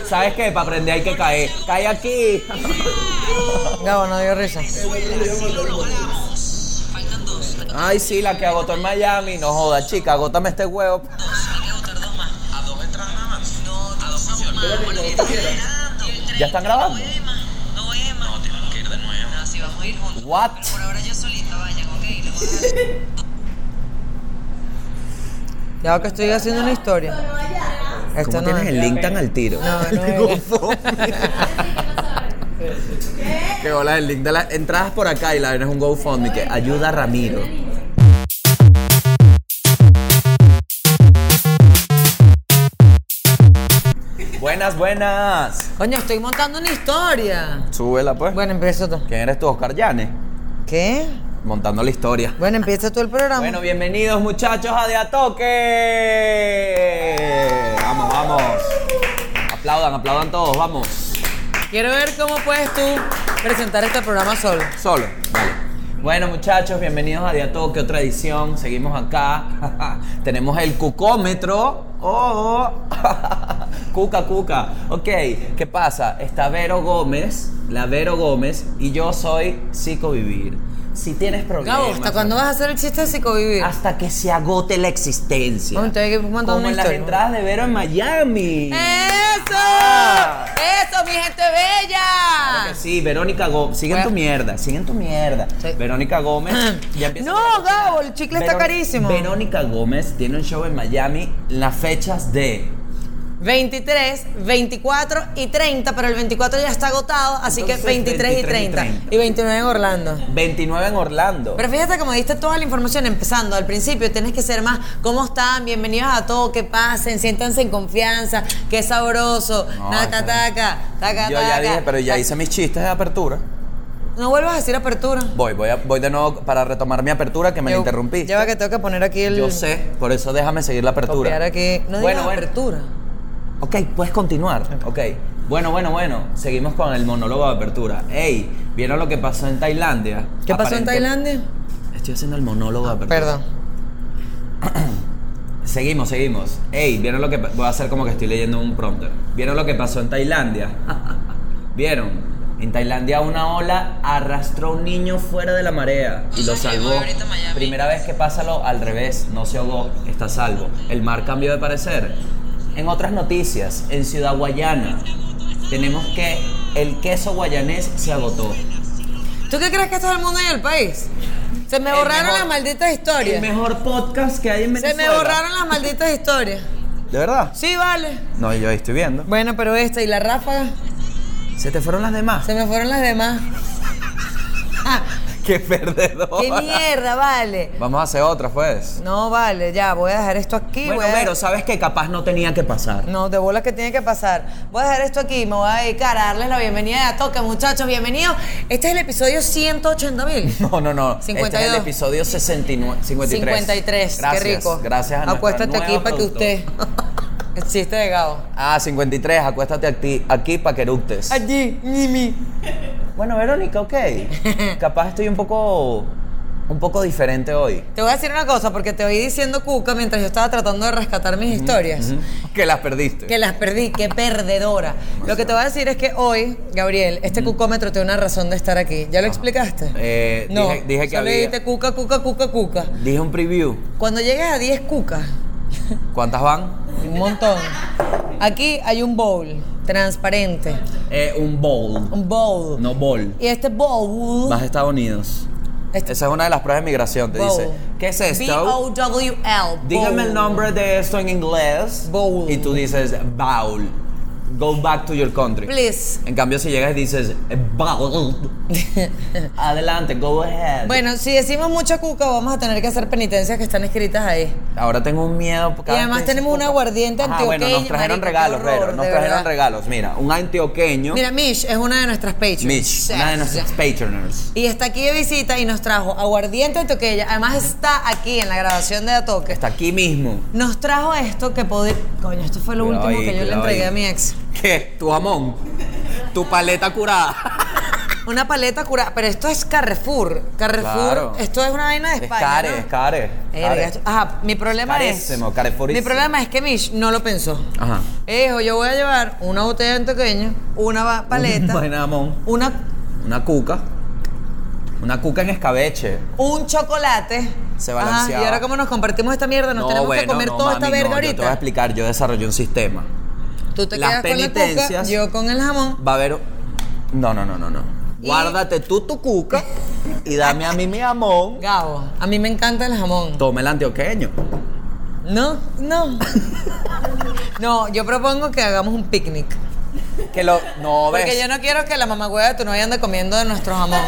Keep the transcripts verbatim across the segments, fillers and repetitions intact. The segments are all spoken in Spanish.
¿Sabes qué? Para aprender hay que caer. ¡Cae aquí! Gabo, no dio risa. Ay, sí, la que agotó en Miami. No joda, chica, agótame este huevo. ¿A dos entradas nada más? No, a dos funciones. ¿Ya están grabando? No voy a No, tenemos que ir de nuevo. No, si vamos a ir juntos. What? Por ahora yo solita, vayan, ok. Ya veo que estoy haciendo una historia. Esto ¿Cómo no tienes es. el link tan al tiro? No, no Qué es. gofo. Que hola, el link de las entradas por acá y la ven es un GoFundMe que ayuda a Ramiro. Buenas, buenas. Coño, estoy montando una historia. Súbela pues. Bueno, empieza tú. ¿Quién eres tú, Oscar Llanes? ¿Qué? Montando la historia. Bueno, empieza tú el programa. Bueno, bienvenidos muchachos a De A Toque. Vamos, vamos. Aplaudan, aplaudan todos, vamos. Quiero ver cómo puedes tú presentar este programa solo. Solo, vale. Bueno muchachos, bienvenidos a De A Toque, otra edición. Seguimos acá. Tenemos el cucómetro. Oh, cuca, cuca. Ok, ¿qué pasa? Está Vero Gómez, la Vero Gómez, y yo soy Psicovivir. Si tienes problemas... Gabo, ¿hasta cuándo vas a hacer el chiste de psicovivir? Hasta que se agote la existencia. Bueno, te hay que mandar Como una en las historia. entradas de Vero en Miami. ¡Eso! Ah. ¡Eso, mi gente bella! Claro que sí, Verónica Gómez. Sigue en tu mierda, sigue en tu mierda. Sí. Verónica Gómez. Ya empieza No, con la cocina. Gabo, el chicle está Veró- carísimo. Verónica Gómez tiene un show en Miami. Las fechas de... veintitrés, veinticuatro y treinta, pero el veinticuatro ya está agotado, así Entonces, que veintitrés y veintitrés y treinta. treinta. Y veintinueve en Orlando. veintinueve en Orlando. Pero fíjate como diste toda la información empezando al principio, tienes que ser más, ¿cómo están? Bienvenidos a todo, que pasen, siéntanse en confianza, qué sabroso, No, taca, eso- taca, taca, Yo ya taca. dije, pero ya hice mis chistes de apertura. No vuelvas a decir apertura. Voy, voy, a- voy de nuevo para retomar mi apertura que me la Yo- interrumpí. Lleva que tengo que poner aquí el... Yo sé, por eso déjame seguir la apertura. Copiar aquí. No Bueno, digas bueno. apertura. Ok, puedes continuar. Ok. Bueno, bueno, bueno. Seguimos con el monólogo de apertura. Ey, ¿vieron lo que pasó en Tailandia? ¿Qué pasó en Aparente- Tailandia? Estoy haciendo el monólogo de apertura. Perdón. Seguimos, seguimos. Ey, ¿vieron lo que pa- voy a hacer como que estoy leyendo un prompter? ¿Vieron lo que pasó en Tailandia? ¿Vieron? En Tailandia una ola arrastró a un niño fuera de la marea y lo O sea, que salvó. voy ahorita a Miami. Primera vez que pasa lo al revés, no se ahogó, está a salvo. El mar cambió de parecer. En otras noticias, en Ciudad Guayana, tenemos que el queso guayanés se agotó. ¿Tú qué crees que esto es el mundo y el país? Se me El borraron mejor- las malditas historias. El mejor podcast que hay en Se Venezuela. me borraron las malditas historias. ¿De verdad? Sí, vale. No, yo ahí estoy viendo. Bueno, pero esta y la ráfaga, ¿Se te fueron las demás? se me fueron las demás. Ah, ¡Qué perdedor! ¡qué mierda, vale! Vamos a hacer otra, pues. No, vale, ya, voy a dejar esto aquí. Bueno, voy a... pero sabes que capaz no tenía que pasar. No, de bolas que tiene que pasar. Voy a dejar esto aquí y me voy a dedicar a darles la bienvenida a Toque, muchachos. Bienvenidos. Este es el episodio ciento ochenta mil. No, no, no. cincuenta y Este es dos. el episodio sesenta y nueve, cincuenta y tres. cincuenta y tres, Gracias, qué rico. Gracias a nuestra Acuéstate aquí nueva para que productora. usted. El chiste de Gabo. Ah, cincuenta y tres. Acuéstate aquí, aquí para que eructes. Allí, Mimi. Bueno, Verónica, ok. Capaz estoy un poco... Un poco diferente hoy. Te voy a decir una cosa, porque te oí diciendo cuca mientras yo estaba tratando de rescatar mis historias. Ujú. Que las perdiste. Que las perdí, qué perdedora. Lo que te voy a decir es que hoy, Gabriel, este cucómetro tiene una razón de estar aquí. ¿Ya lo explicaste? Eh, no, dije, dije que solo había... dijiste cuca, cuca, cuca, cuca. Dije un preview. Cuando llegues a diez cucas, ¿Cuántas van? un montón. Aquí hay un bowl transparente. Eh, un bowl. Un bowl. No bowl. Y este bowl... Vas a Estados Unidos. este Esa es una de las pruebas de migración. Te bowl. dice, ¿qué es B esto? O W L. Dígame el bowl. nombre de esto en inglés. Bowl. Y tú dices, bowl. Go back to your country. Please. En cambio, si llegas y dices, bowl. Adelante, go ahead. Bueno, si decimos mucha cuca, vamos a tener que hacer penitencias que están escritas ahí. Ahora tengo un miedo. cada Y vez además que dices tenemos un cuca. aguardiente Ajá, antioqueño. bueno, nos trajeron marico, regalos, qué horror, Vero. Nos de trajeron verdad. regalos. Mira, un antioqueño. Mira, Mish es una de nuestras patrons. Mitch, una de nuestros patroners. Y está aquí de visita y nos trajo aguardiente antioqueño. Además está aquí en la grabación de Atoque. Está aquí mismo. Nos trajo esto que podía... Coño, esto fue lo Cuidado último ahí, que yo le cuidado entregué ahí. a mi ex. ¿Qué? Tu jamón. Tu paleta curada. Una paleta curada. Pero esto es Carrefour. Carrefour. Claro. Esto es una vaina de Es España. care, ¿no? es care. Verga, care. esto- Ajá, mi problema Carísimo, es. Carrefour. Mi problema es que Mish no lo pensó. Ajá. Dijo, yo voy a llevar una botella en pequeño, una ba- paleta, Vaina de jamón. una, Una cuca. Una cuca en escabeche. un chocolate. Se Ajá, balanceaba. y ahora como nos compartimos esta mierda, nos tenemos que comer no, toda mami, esta verga no, ahorita. Yo te voy a explicar, yo desarrollé un sistema. Tú te Las quedas con la cuca, penitencias- yo con el jamón. Va a haber. No, no, no, no, no. Y- Guárdate tú tu cuca y dame a mí mi jamón. Gabo, a mí me encanta el jamón. Tome el antioqueño. No, no. No, yo propongo que hagamos un picnic. Que lo. No, ves. Porque yo no quiero que la mamagüeva de tu novia ande comiendo de nuestro jamón.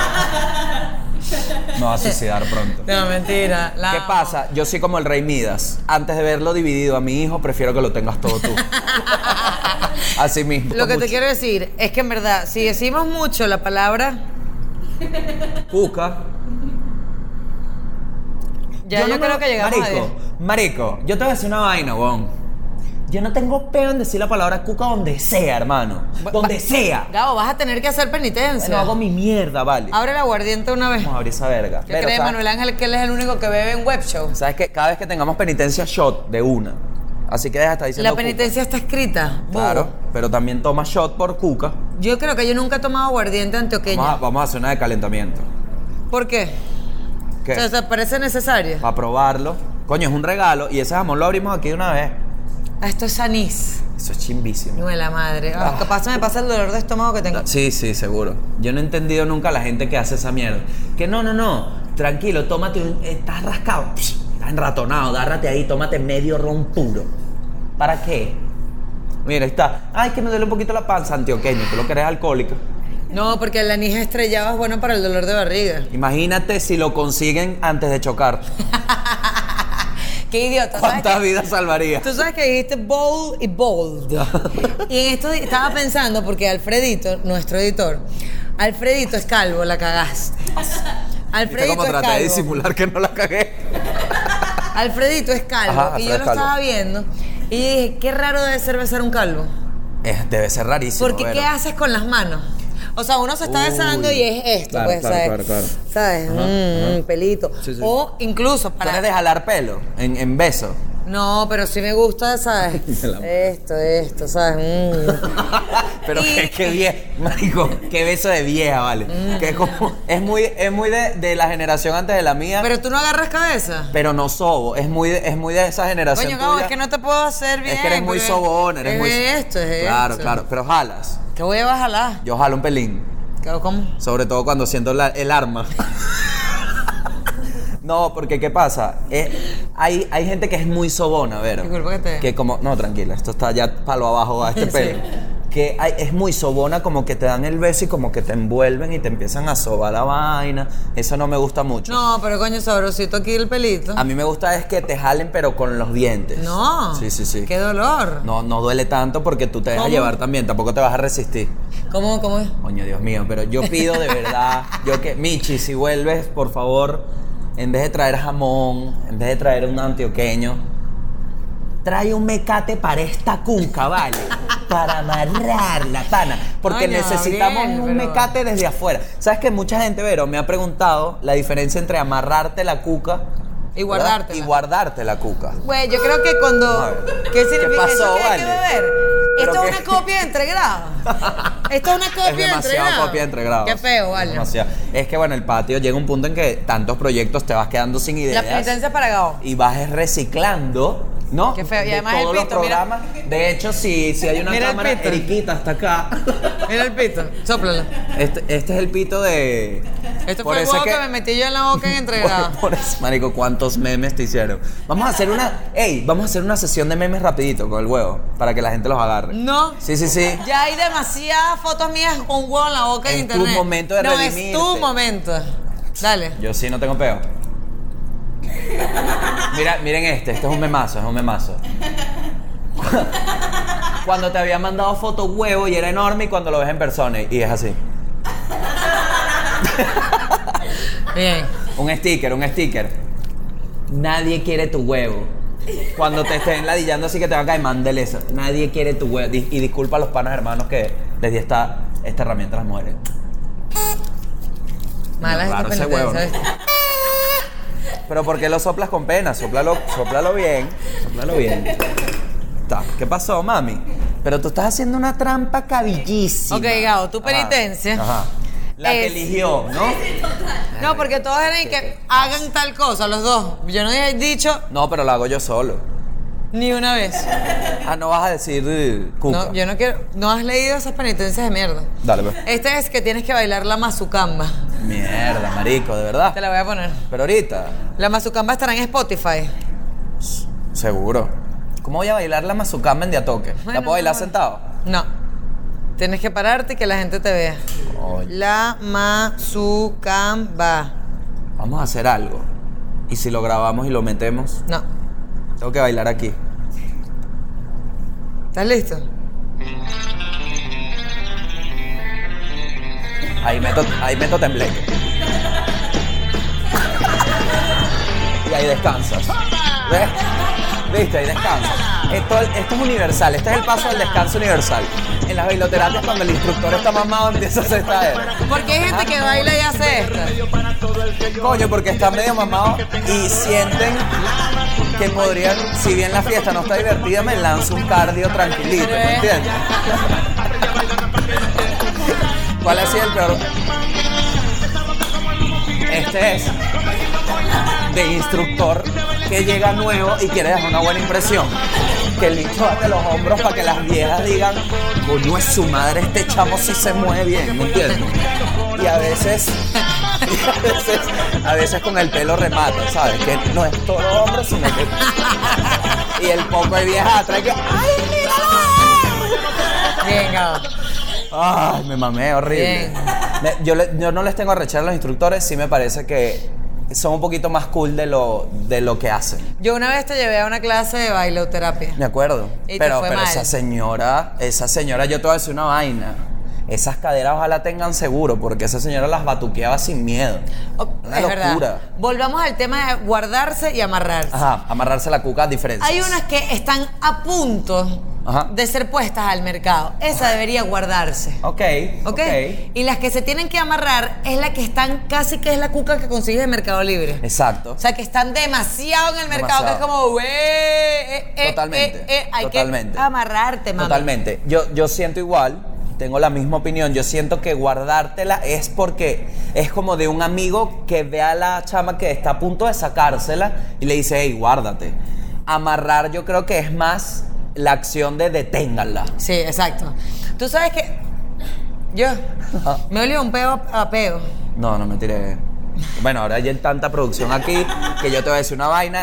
Me va a suicidar pronto. No, mentira. la ¿Qué amo. pasa? Yo soy como el rey Midas. Antes de verlo dividido a mi hijo, prefiero que lo tengas todo tú. Así mismo. Lo que te mucho. quiero decir es que en verdad, si decimos mucho la palabra, Cuca. ya yo, no me- creo que llegamos a Marico, diez. marico, yo te voy a decir una vaina, weón. Yo no tengo peo en decir la palabra cuca donde sea, hermano. Donde Va- sea. Gabo, vas a tener que hacer penitencia. No hago mi mierda, vale. Abre el aguardiente una vez. Vamos a abrir esa verga. ¿Qué Pero, cree ¿sabes? Manuel Ángel que él es el único que bebe en web show? ¿Sabes qué? Cada vez que tengamos penitencia, shot de una. Así que deja de estar diciendo La cuca. penitencia está escrita. bobo. Claro, pero también toma shot por cuca. Yo creo que yo nunca he tomado aguardiente antioqueño. Vamos a, vamos a hacer una de calentamiento. ¿Por qué? ¿Qué? O sea, ¿te parece necesario? Para probarlo. Coño, es un regalo y ese jamón lo abrimos aquí de una vez. Ah, esto es anís. Eso es chimbísimo. No de la madre. Ah, capaz se me pasa el dolor de estómago que tengo. Sí, sí, seguro. Yo no he entendido nunca a la gente que hace esa mierda. Que no, no, no. Tranquilo, tómate un... Estás rascado. Psh, estás enratonado. Agárrate ahí, tómate medio ron puro. ¿Para qué? Mira, ahí está. Ay, que me duele un poquito la panza, antioqueño. Tú lo que eres alcohólica. No, porque el anís estrellado es bueno para el dolor de barriga. Imagínate si lo consiguen antes de chocar. Qué idiota. ¿sabes ¿Cuántas qué? vidas salvaría? Tú sabes que dijiste bold y bold. Y en esto di- estaba pensando, porque Alfredito, nuestro editor, Alfredito es calvo, la cagaste. ¿Viste Alfredito cómo es traté de calvo. disimular que no la cagué? Alfredito es calvo. Ajá, y yo Alfredo lo es calvo. estaba viendo. Y dije, qué raro debe ser besar un calvo. Es- debe ser rarísimo. Porque, Vero. ¿qué haces con las manos? O sea, uno se está Uy. besando y es esto, Claro, pues, claro, ¿sabes? claro, claro. ¿Sabes? Ajá, Mm, ajá. pelito. Sí, sí. O incluso ¿Tú para... eres de jalar pelo en, en beso? No, pero sí me gusta, ¿sabes? Me la- Esto, esto, ¿sabes? Mm. Pero Y- qué, qué vieja, marico, qué beso de vieja, vale. Que es como, es muy, es muy de, de la generación antes de la mía, pero, Pero tú no agarras cabeza. no sobo. Es muy, de- es muy de esa generación Coño, Gabo, tuya. es que no te puedo hacer bien. Es que eres muy porque sobón, eres es muy. esto, es Claro, esto. claro. Pero jalas. ¿Qué voy a bajar? Yo jalo un pelín. ¿Cómo? Sobre todo cuando siento la- el arma. No, porque ¿qué pasa? Es- hay, hay gente que es muy sobona, Vero. Disculpa que te- Que como... No, tranquila, esto está ya palo abajo a este Sí. pelo. Que hay- es muy sobona, como que te dan el beso y como que te envuelven y te empiezan a sobar la vaina. Eso no me gusta mucho. No, pero coño, sabrosito aquí el pelito. A mí me gusta es que te jalen pero con los dientes. No. Sí, sí, sí. Qué dolor. No, no duele tanto porque tú te dejas ¿Cómo? llevar también, tampoco te vas a resistir. ¿Cómo, cómo es? Coño, Dios mío, pero yo pido de verdad, yo que, Michi, si vuelves, por favor, en vez de traer jamón, en vez de traer un antioqueño, trae un mecate para esta cuca, ¿vale? Para amarrarla, pana. Porque Coño, necesitamos Gabriel, un pero- mecate desde afuera. ¿Sabes que mucha gente, Vero, me ha preguntado la diferencia entre amarrarte la cuca Y ¿verdad? guardártela. Y guardarte la cuca. Güey, yo creo que cuando... A ver. ¿Qué significa pasó, eso? ¿Qué hay vale? que beber? ¿Pero Esto es qué? una copia de entregrado. Esto es una copia Es de demasiado entregrado. copia de entregrado. Qué feo, Es vale. demasiado. Es que bueno, el patio llega un punto en que tantos proyectos te vas quedando sin ideas. La penitencia para Gabo. Y vas reciclando, ¿no? Qué feo. Y De además el todos los pito, mira. programas. De hecho, si, si hay una Mira el cámara, pito. Eriquita hasta acá. Mira el pito. Sóplalo. Este, este es el pito de. Esto por fue el eso huevo es que... me metí yo en la boca en entregrado. Por, por eso, marico, cuántos memes te hicieron. Vamos a hacer una. Ey, vamos a hacer una sesión de memes rapidito con el huevo. Para que la gente los agarre. No. Sí, sí, sí. Ya hay demasiadas fotos mías con un huevo en la boca en Es tu internet. momento de no, redimirte. es tu momento. Dale. Yo sí no tengo peo. Mira, miren este, este es un memazo, es un memazo. Cuando te había mandado foto huevo y era enorme y cuando lo ves en persona y es así. Bien. Un sticker, un sticker. Nadie quiere tu huevo. Cuando te estén ladillando así que te va a caer, mándele eso. Nadie quiere tu huevo. Di- Y disculpa a los panas hermanos que les di esta, esta herramienta a las mujeres. Malas estas Raro ese penitencias, huevo, ¿viste? Pero ¿por qué lo soplas con pena? Sóplalo, sóplalo bien, sóplalo bien. Ta, ¿qué pasó, mami? Pero tú estás haciendo una trampa cabillísima. Ok, Gabo, tu Ajá, penitencia Ajá. La que es- eligió, ¿no? No, porque todos eran y que hagan tal cosa, los dos. Yo no he dicho No, pero la hago yo solo. ni una vez. Ah, no vas a decir eh, cuca. No, yo no quiero. No has leído esas penitencias de mierda. Dale, pues. Este es que tienes que bailar la mazucamba. Mierda, marico, de verdad. Te la voy a poner. Pero ahorita, La mazucamba estará en Spotify. seguro. ¿Cómo voy a bailar la mazucamba en Diatoque? ¿La Bueno, puedo bailar no. sentado? No. Tienes que pararte y que la gente te vea. Oye, La mazucamba. vamos a hacer algo. ¿Y si lo grabamos y lo metemos? No. Tengo que bailar aquí. ¿Estás listo? Ahí meto, ahí meto tembleque. Y ahí descansas. ¿Ves? ¿Viste? Ahí descansas. Esto, esto es universal. Este es el paso del descanso universal. En las bailoterapias, cuando el instructor está mamado, empieza a hacer esta era. Porque hay gente que baila y hace esta. Coño, porque están medio mamados y sienten que podrían, si bien la fiesta no está divertida, me lanzo un cardio tranquilito, ¿me entiendes? ¿Cuál ha sido el peor? Este es de instructor que llega nuevo y quiere dejar una buena impresión. Que el bicho bate los hombros para que las viejas digan, coño es su madre, este chamo sí se mueve bien, ¿me entiendes? Y a veces, y a veces, a veces con el pelo remata, ¿sabes? Que no es todo hombre, sino que... Y el poco de vieja atrás que, ¡ay, míralo! Bien, Gabo. Ay, me mamé, horrible. Bien. Me- yo, le- yo no les tengo a rechazar a los instructores, sí me parece que son un poquito más cool de lo, de lo que hacen. Yo una vez te llevé a una clase de bailoterapia. Me acuerdo. Y te pero fue pero mal. esa señora, esa señora, yo te voy a decir una vaina. Esas caderas ojalá tengan seguro, porque esa señora las batuqueaba sin miedo. Oh, Una es locura. verdad. Volvamos al tema de guardarse y amarrarse. Ajá, amarrarse la cuca a diferencia. Hay unas que están a punto Ajá. de ser puestas al mercado. Esa debería guardarse. Ok, ¿Ok? ok. Y las que se tienen que amarrar es la que están casi que es la cuca que consigues en Mercado Libre. Exacto. O sea, que están demasiado en el mercado, Demasiado. que es como, "Güey, eh, eh, Totalmente. eh, eh", hay totalmente. que amarrarte, mami. Totalmente. Yo, yo siento igual, tengo la misma opinión. Yo siento que guardártela es porque es como de un amigo que ve a la chama que está a punto de sacársela y le dice, hey, guárdate. Amarrar yo creo que es más la acción de deténganla. Sí, exacto. Tú sabes que yo me olió un peo a peo. No, no me tiré. Bueno, ahora hay tanta producción aquí que yo te voy a decir una vaina.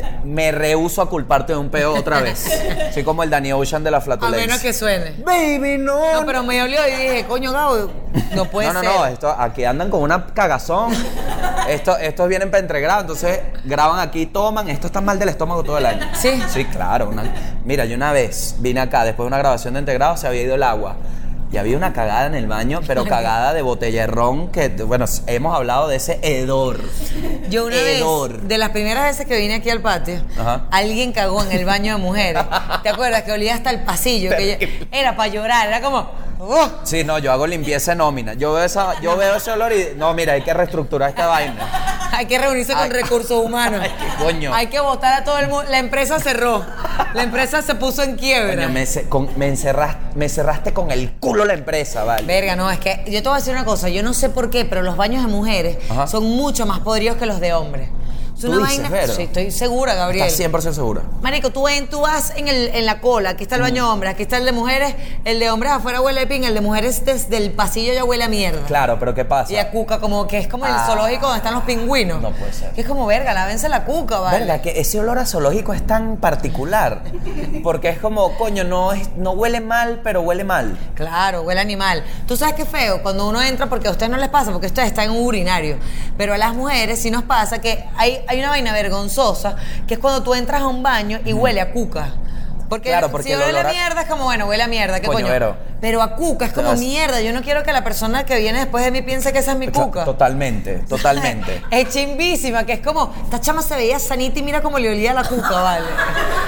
Me rehúso a culparte de un peo otra vez. Soy como el Danny Ocean de la A flatulencia. menos que suene. Baby, no. No, pero me olió y dije, coño, Gabo, no puede no, no, ser. no, esto, aquí andan con una cagazón. Esto, estos vienen para entregrados, entonces graban aquí, toman. Esto está mal del estómago todo el año. ¿Sí? Sí, claro. una- mira, yo una vez vine acá, después de una grabación de integrados, se había ido el agua. Y había una cagada en el baño, pero cagada de botella de ron, que, bueno, hemos hablado de ese hedor. Yo una Hedor. vez, de las primeras veces que vine aquí al patio, Ajá. alguien cagó en el baño de mujeres. ¿Te acuerdas? Que olía hasta el pasillo. Que yo- era para llorar, era como... "Uh". Sí, no, yo hago limpieza de nómina. Yo veo, esa, yo veo ese olor y... No, mira, hay que reestructurar esta vaina. Hay que reunirse con Ay. recursos humanos. Ay, qué coño. Hay que votar a todo el mundo. La empresa cerró. La empresa se puso en quiebra. Coño, me, ce- con- me, encerraste, me cerraste con el culo la empresa, ¿vale? Verga, no, es que yo te voy a decir una cosa. Yo no sé por qué, pero los baños de mujeres Ajá. son mucho más podridos que los de hombres. Es ¿Tú una dices, vaina. Vero? Sí, estoy segura, Gabriel. Estás cien por ciento segura. Marico, tú, ven, tú vas en, el, en la cola, aquí está el baño de hombres, aquí está el de mujeres, el de hombres afuera huele a pin, el de mujeres desde el pasillo ya huele a mierda. Claro, pero ¿qué pasa? Y a cuca, como que es como el Ah. zoológico donde están los pingüinos. No puede ser. Que es como, verga, lávense la cuca, ¿vale? Verga, que ese olor a zoológico es tan particular. Porque es como, coño, no, es, no huele mal, pero huele mal. Claro, huele a animal. Tú sabes qué feo cuando uno entra, porque a ustedes no les pasa, porque ustedes están en un urinario. Pero a las mujeres sí nos pasa que hay, hay una vaina vergonzosa, que es cuando tú entras a un baño y huele a cuca. Porque, Claro, porque si el huele olor a a- mierda es como, bueno, huele a mierda, ¿qué Coño, coño? Vero. Pero a cuca es como Pero es- mierda. Yo no quiero que la persona que viene después de mí piense que esa es mi cuca. Totalmente, totalmente. Es chimbísima, que es como, esta chama se veía sanita y mira cómo le olía la cuca, ¿vale?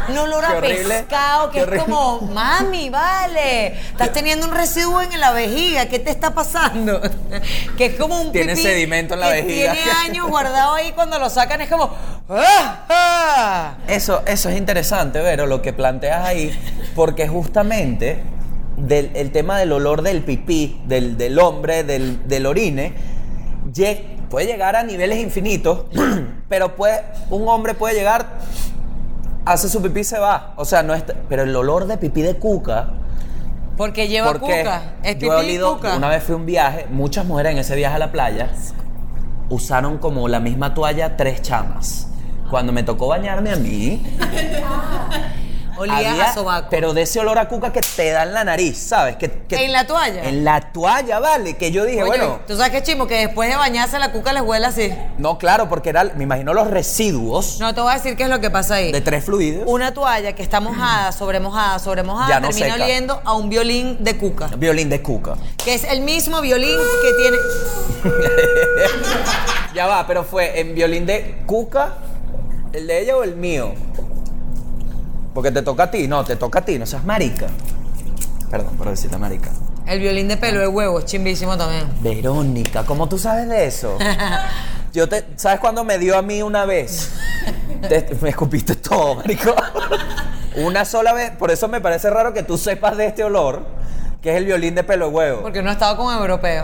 un olor Qué a horrible, pescado, que qué es horrible. como, mami, vale, estás teniendo un residuo en la vejiga, ¿qué te está pasando? Que es como un Tiene pipí sedimento en la que vejiga. tiene años guardado ahí, cuando lo sacan es como, ¡ah! ¡ah! Eso, eso es interesante, Vero, lo que planteas ahí, porque justamente del, el tema del olor del pipí, del, del hombre, del, del orine, lle- puede llegar a niveles infinitos, pero puede, un hombre puede llegar, hace su pipí y se va. O sea, no es, pero el olor de pipí de cuca, Porque lleva porque cuca, es pipí yo he y olido, cuca. una vez fui a un viaje, muchas mujeres en ese viaje a la playa usaron como la misma toalla tres chamas. Cuando me tocó bañarme a mí, Olía había- a sobaco. pero de ese olor a cuca que te da en la nariz, ¿sabes? Que, que- ¿En la toalla? En la toalla, vale. Que yo dije, Oye, bueno, tú sabes qué chimo, que después de bañarse la cuca les huele así. no, claro, porque era, me imagino los residuos No te voy a decir qué es lo que pasa ahí. de tres fluidos. Una toalla que está mojada, sobre mojada, sobre mojada, Ya no termina seca. oliendo a un violín de cuca. Violín de cuca. Que es el mismo violín que tiene. Ya va, pero fue en violín de cuca, ¿el de ella o el mío? Porque te toca a ti, no, te toca a ti, no seas marica. Perdón por decirte marica. El violín de pelo de huevo, es chimbísimo también. Verónica, ¿cómo tú sabes de eso? Yo te, ¿sabes cuándo me dio a mí una vez? Te- me escupiste todo, marico. Una sola vez, por eso me parece raro que tú sepas de este olor, que es el violín de pelo de huevo. Porque no he estado con europeos.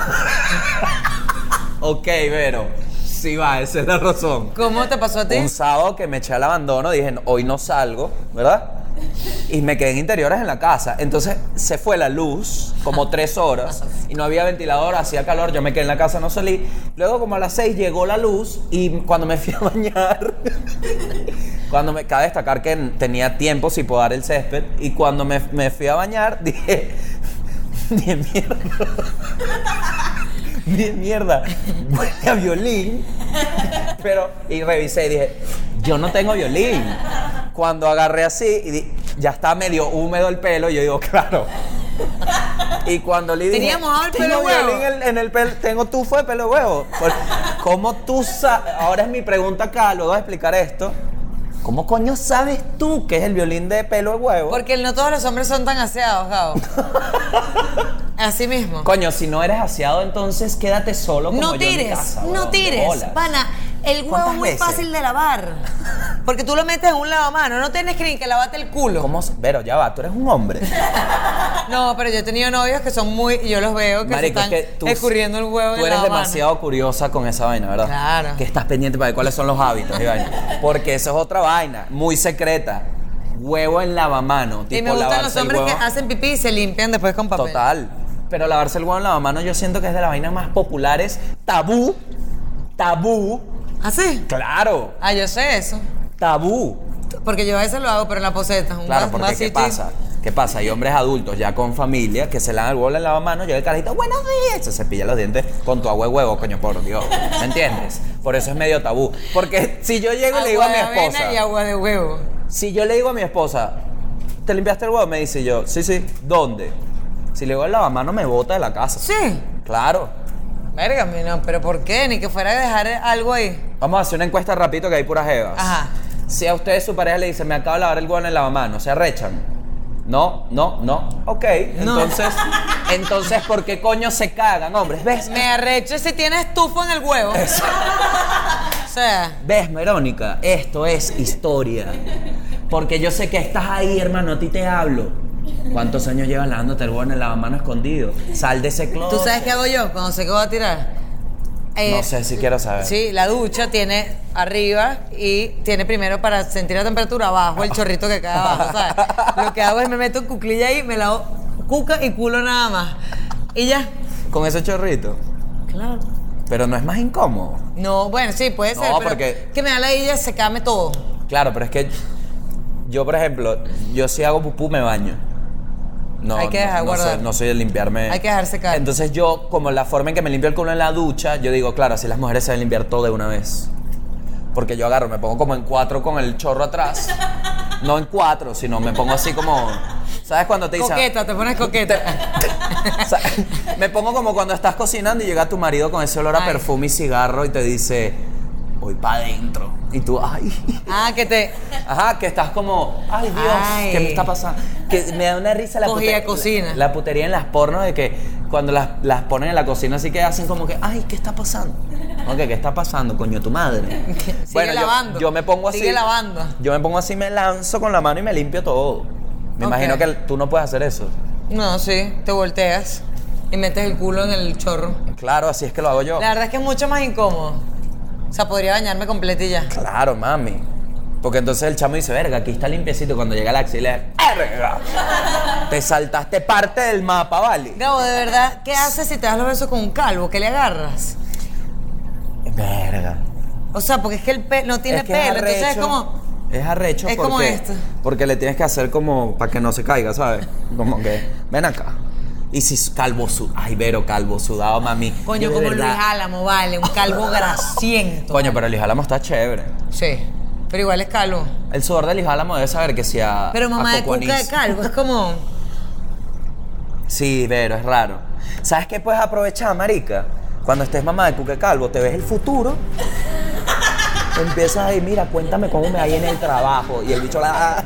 Ok, Vero, sí va, esa es la razón. ¿Cómo te pasó a ti? Un sábado que me eché al abandono, dije, "No, hoy no salgo", ¿verdad? Y me quedé en interiores en la casa. Entonces se fue la luz como tres horas y no había ventilador, hacía calor, yo me quedé en la casa, no salí. Luego como a las seis llegó la luz y cuando me fui a bañar, cuando me, cabe destacar que tenía tiempo sin podar el césped, y cuando me, me fui a bañar dije, dije, mierda. Dije, mierda, huele a violín. Pero, y revisé y dije, yo no tengo violín. Cuando agarré así, y di- ya está medio húmedo el pelo, yo digo, claro. Y cuando le dije, ¿Tenía mojado el pelo tengo de huevo? violín en, en el pelo, tengo tufo de pelo de huevo. Por- ¿Cómo tú sabes? Ahora es mi pregunta acá, luego de explicar esto. ¿Cómo coño sabes tú que es el violín de pelo de huevo? Porque no todos los hombres son tan aseados, Gabo. Así mismo. Coño, si no eres aseado, entonces quédate solo como No yo en mi tires, casa, no weón, de tires. bolas. Pana, el huevo ¿Cuántas es muy veces? fácil de lavar. Porque tú lo metes en un lavamano, no tienes que ni que lavarte el culo. ¿Cómo? se- Vero, ya va, tú eres un hombre. No, pero yo he tenido novios que son muy. Yo los veo que Marico, se están es que tú, escurriendo el huevo en tú el eres lavamano. demasiado curiosa con esa vaina, ¿verdad? Claro. Que estás pendiente para ver cuáles son los hábitos y vaina. Porque eso es otra vaina, muy secreta. Huevo en lavamano. Y tipo me gustan lavarse los el hombres que huevo. hacen pipí y se limpian después con papel. Total. Pero lavarse el huevo en lavamano yo siento que es de las vainas más populares. Tabú. Tabú. ¿Ah, sí? Claro. Ah, yo sé eso. Tabú. Porque yo a veces lo hago, pero en la poseta. Un Claro, vas- porque ¿qué vasito y- pasa? ¿Qué pasa? Hay hombres adultos ya con familia que se lavan el huevo en el lavamanos, llega el carajito, buenos días, se cepilla los dientes con tu agua de huevo, coño, por Dios. ¿Me entiendes? Por eso es medio tabú. Porque si yo llego y le digo a Agua mi de avena esposa, y agua de huevo. si yo le digo a mi esposa, ¿te limpiaste el huevo? Me dice yo, sí, sí. ¿Dónde? Si le digo el lavamanos me bota de la casa. Sí. Claro. Verga, mi, no, pero ¿por qué? Ni que fuera a dejar algo ahí. Vamos a hacer una encuesta rapidito que hay puras jevas. Ajá. Si a ustedes su pareja le dice, me acabo de lavar el huevo en el lavamanos, ¿se arrechan? No, no, no. Ok, No. entonces, entonces, ¿por qué coño se cagan, hombres? ¿Ves? Me arrecho si tienes tufo en el huevo. O sea, ¿Ves, Verónica? Esto es historia. Porque yo sé que estás ahí, hermano, a ti te hablo. ¿Cuántos años llevas lavándote el huevo en el lavamanos escondido? Sal de ese closet. ¿tú sabes qué hago yo cuando sé que voy a tirar? Eh, No sé si quiero saber. Sí, la ducha tiene arriba y tiene primero para sentir la temperatura abajo el chorrito que cae abajo, ¿sabes? Lo que hago es me meto en cuclilla ahí, me lavo cuca y culo nada más. Y ya. Con ese chorrito. Claro. Pero no es más incómodo. No, bueno, sí, puede No, ser, pero porque- que me da la idea secame todo. Claro, pero es que yo, por ejemplo, yo si hago pupú me baño. No, Hay que dejar no, no guardar. soy, no soy de limpiarme. Hay que dejar secar. Entonces yo, como la forma en que me limpio el culo en la ducha, yo digo, claro, así las mujeres se deben limpiar todo de una vez. Porque yo agarro, me pongo como en cuatro con el chorro atrás. No en cuatro, sino me pongo así como... ¿Sabes cuando te dicen? Coqueta, te pones coqueta. O sea, me pongo como cuando estás cocinando y llega tu marido con ese olor a Ay. perfume y cigarro y te dice, voy para adentro. Y tú, ay. Ah, que te... Ajá, que estás como, ay Dios, Ay. ¿qué me está pasando? Que me da una risa la, Cogida pute- cocina. la, la putería en las pornos de que cuando las, las ponen en la cocina así que hacen como que, ay, ¿qué está pasando? Ok, ¿qué está pasando, coño, tu madre? Sigue yo- lavando. Yo, me pongo así. Sigue lavando. Yo me pongo así, me lanzo con la mano y me limpio todo. Me Ok. imagino que tú no puedes hacer eso. No, sí, te volteas y metes el culo en el chorro. Claro, así es que lo hago yo. La verdad es que es mucho más incómodo. O sea, podría bañarme completa y ya. Claro, mami. Porque entonces el chamo dice, verga, aquí está limpiecito. Cuando llega la axila, verga. Te saltaste parte del mapa, ¿vale? Gabo, de verdad, ¿qué haces si te das los besos con un calvo? ¿Qué le agarras? Verga. O sea, porque es que el pelo no tiene Es que pelo, es entonces es arrecho. como... Es arrecho Es porque, como esto. porque le tienes que hacer como para que no se caiga, ¿sabes? Como que, ven acá. Y si calvo sudado, ay, Vero, calvo sudado, mami. Coño, Yo de como verdad- Luis Álamo, vale, un calvo grasiento. Coño, pero el Luis Álamo está chévere. Sí, pero igual es calvo. El sudor del Luis Álamo debe saber que si a Pero mamá a de Coco cuca de Anís. calvo, es como... Sí, Vero, es raro. ¿Sabes qué puedes aprovechar, marica? Cuando estés mamá de cuca de calvo, te ves el futuro. Empiezas ahí, mira, cuéntame cómo me hay en el trabajo. Y el bicho la...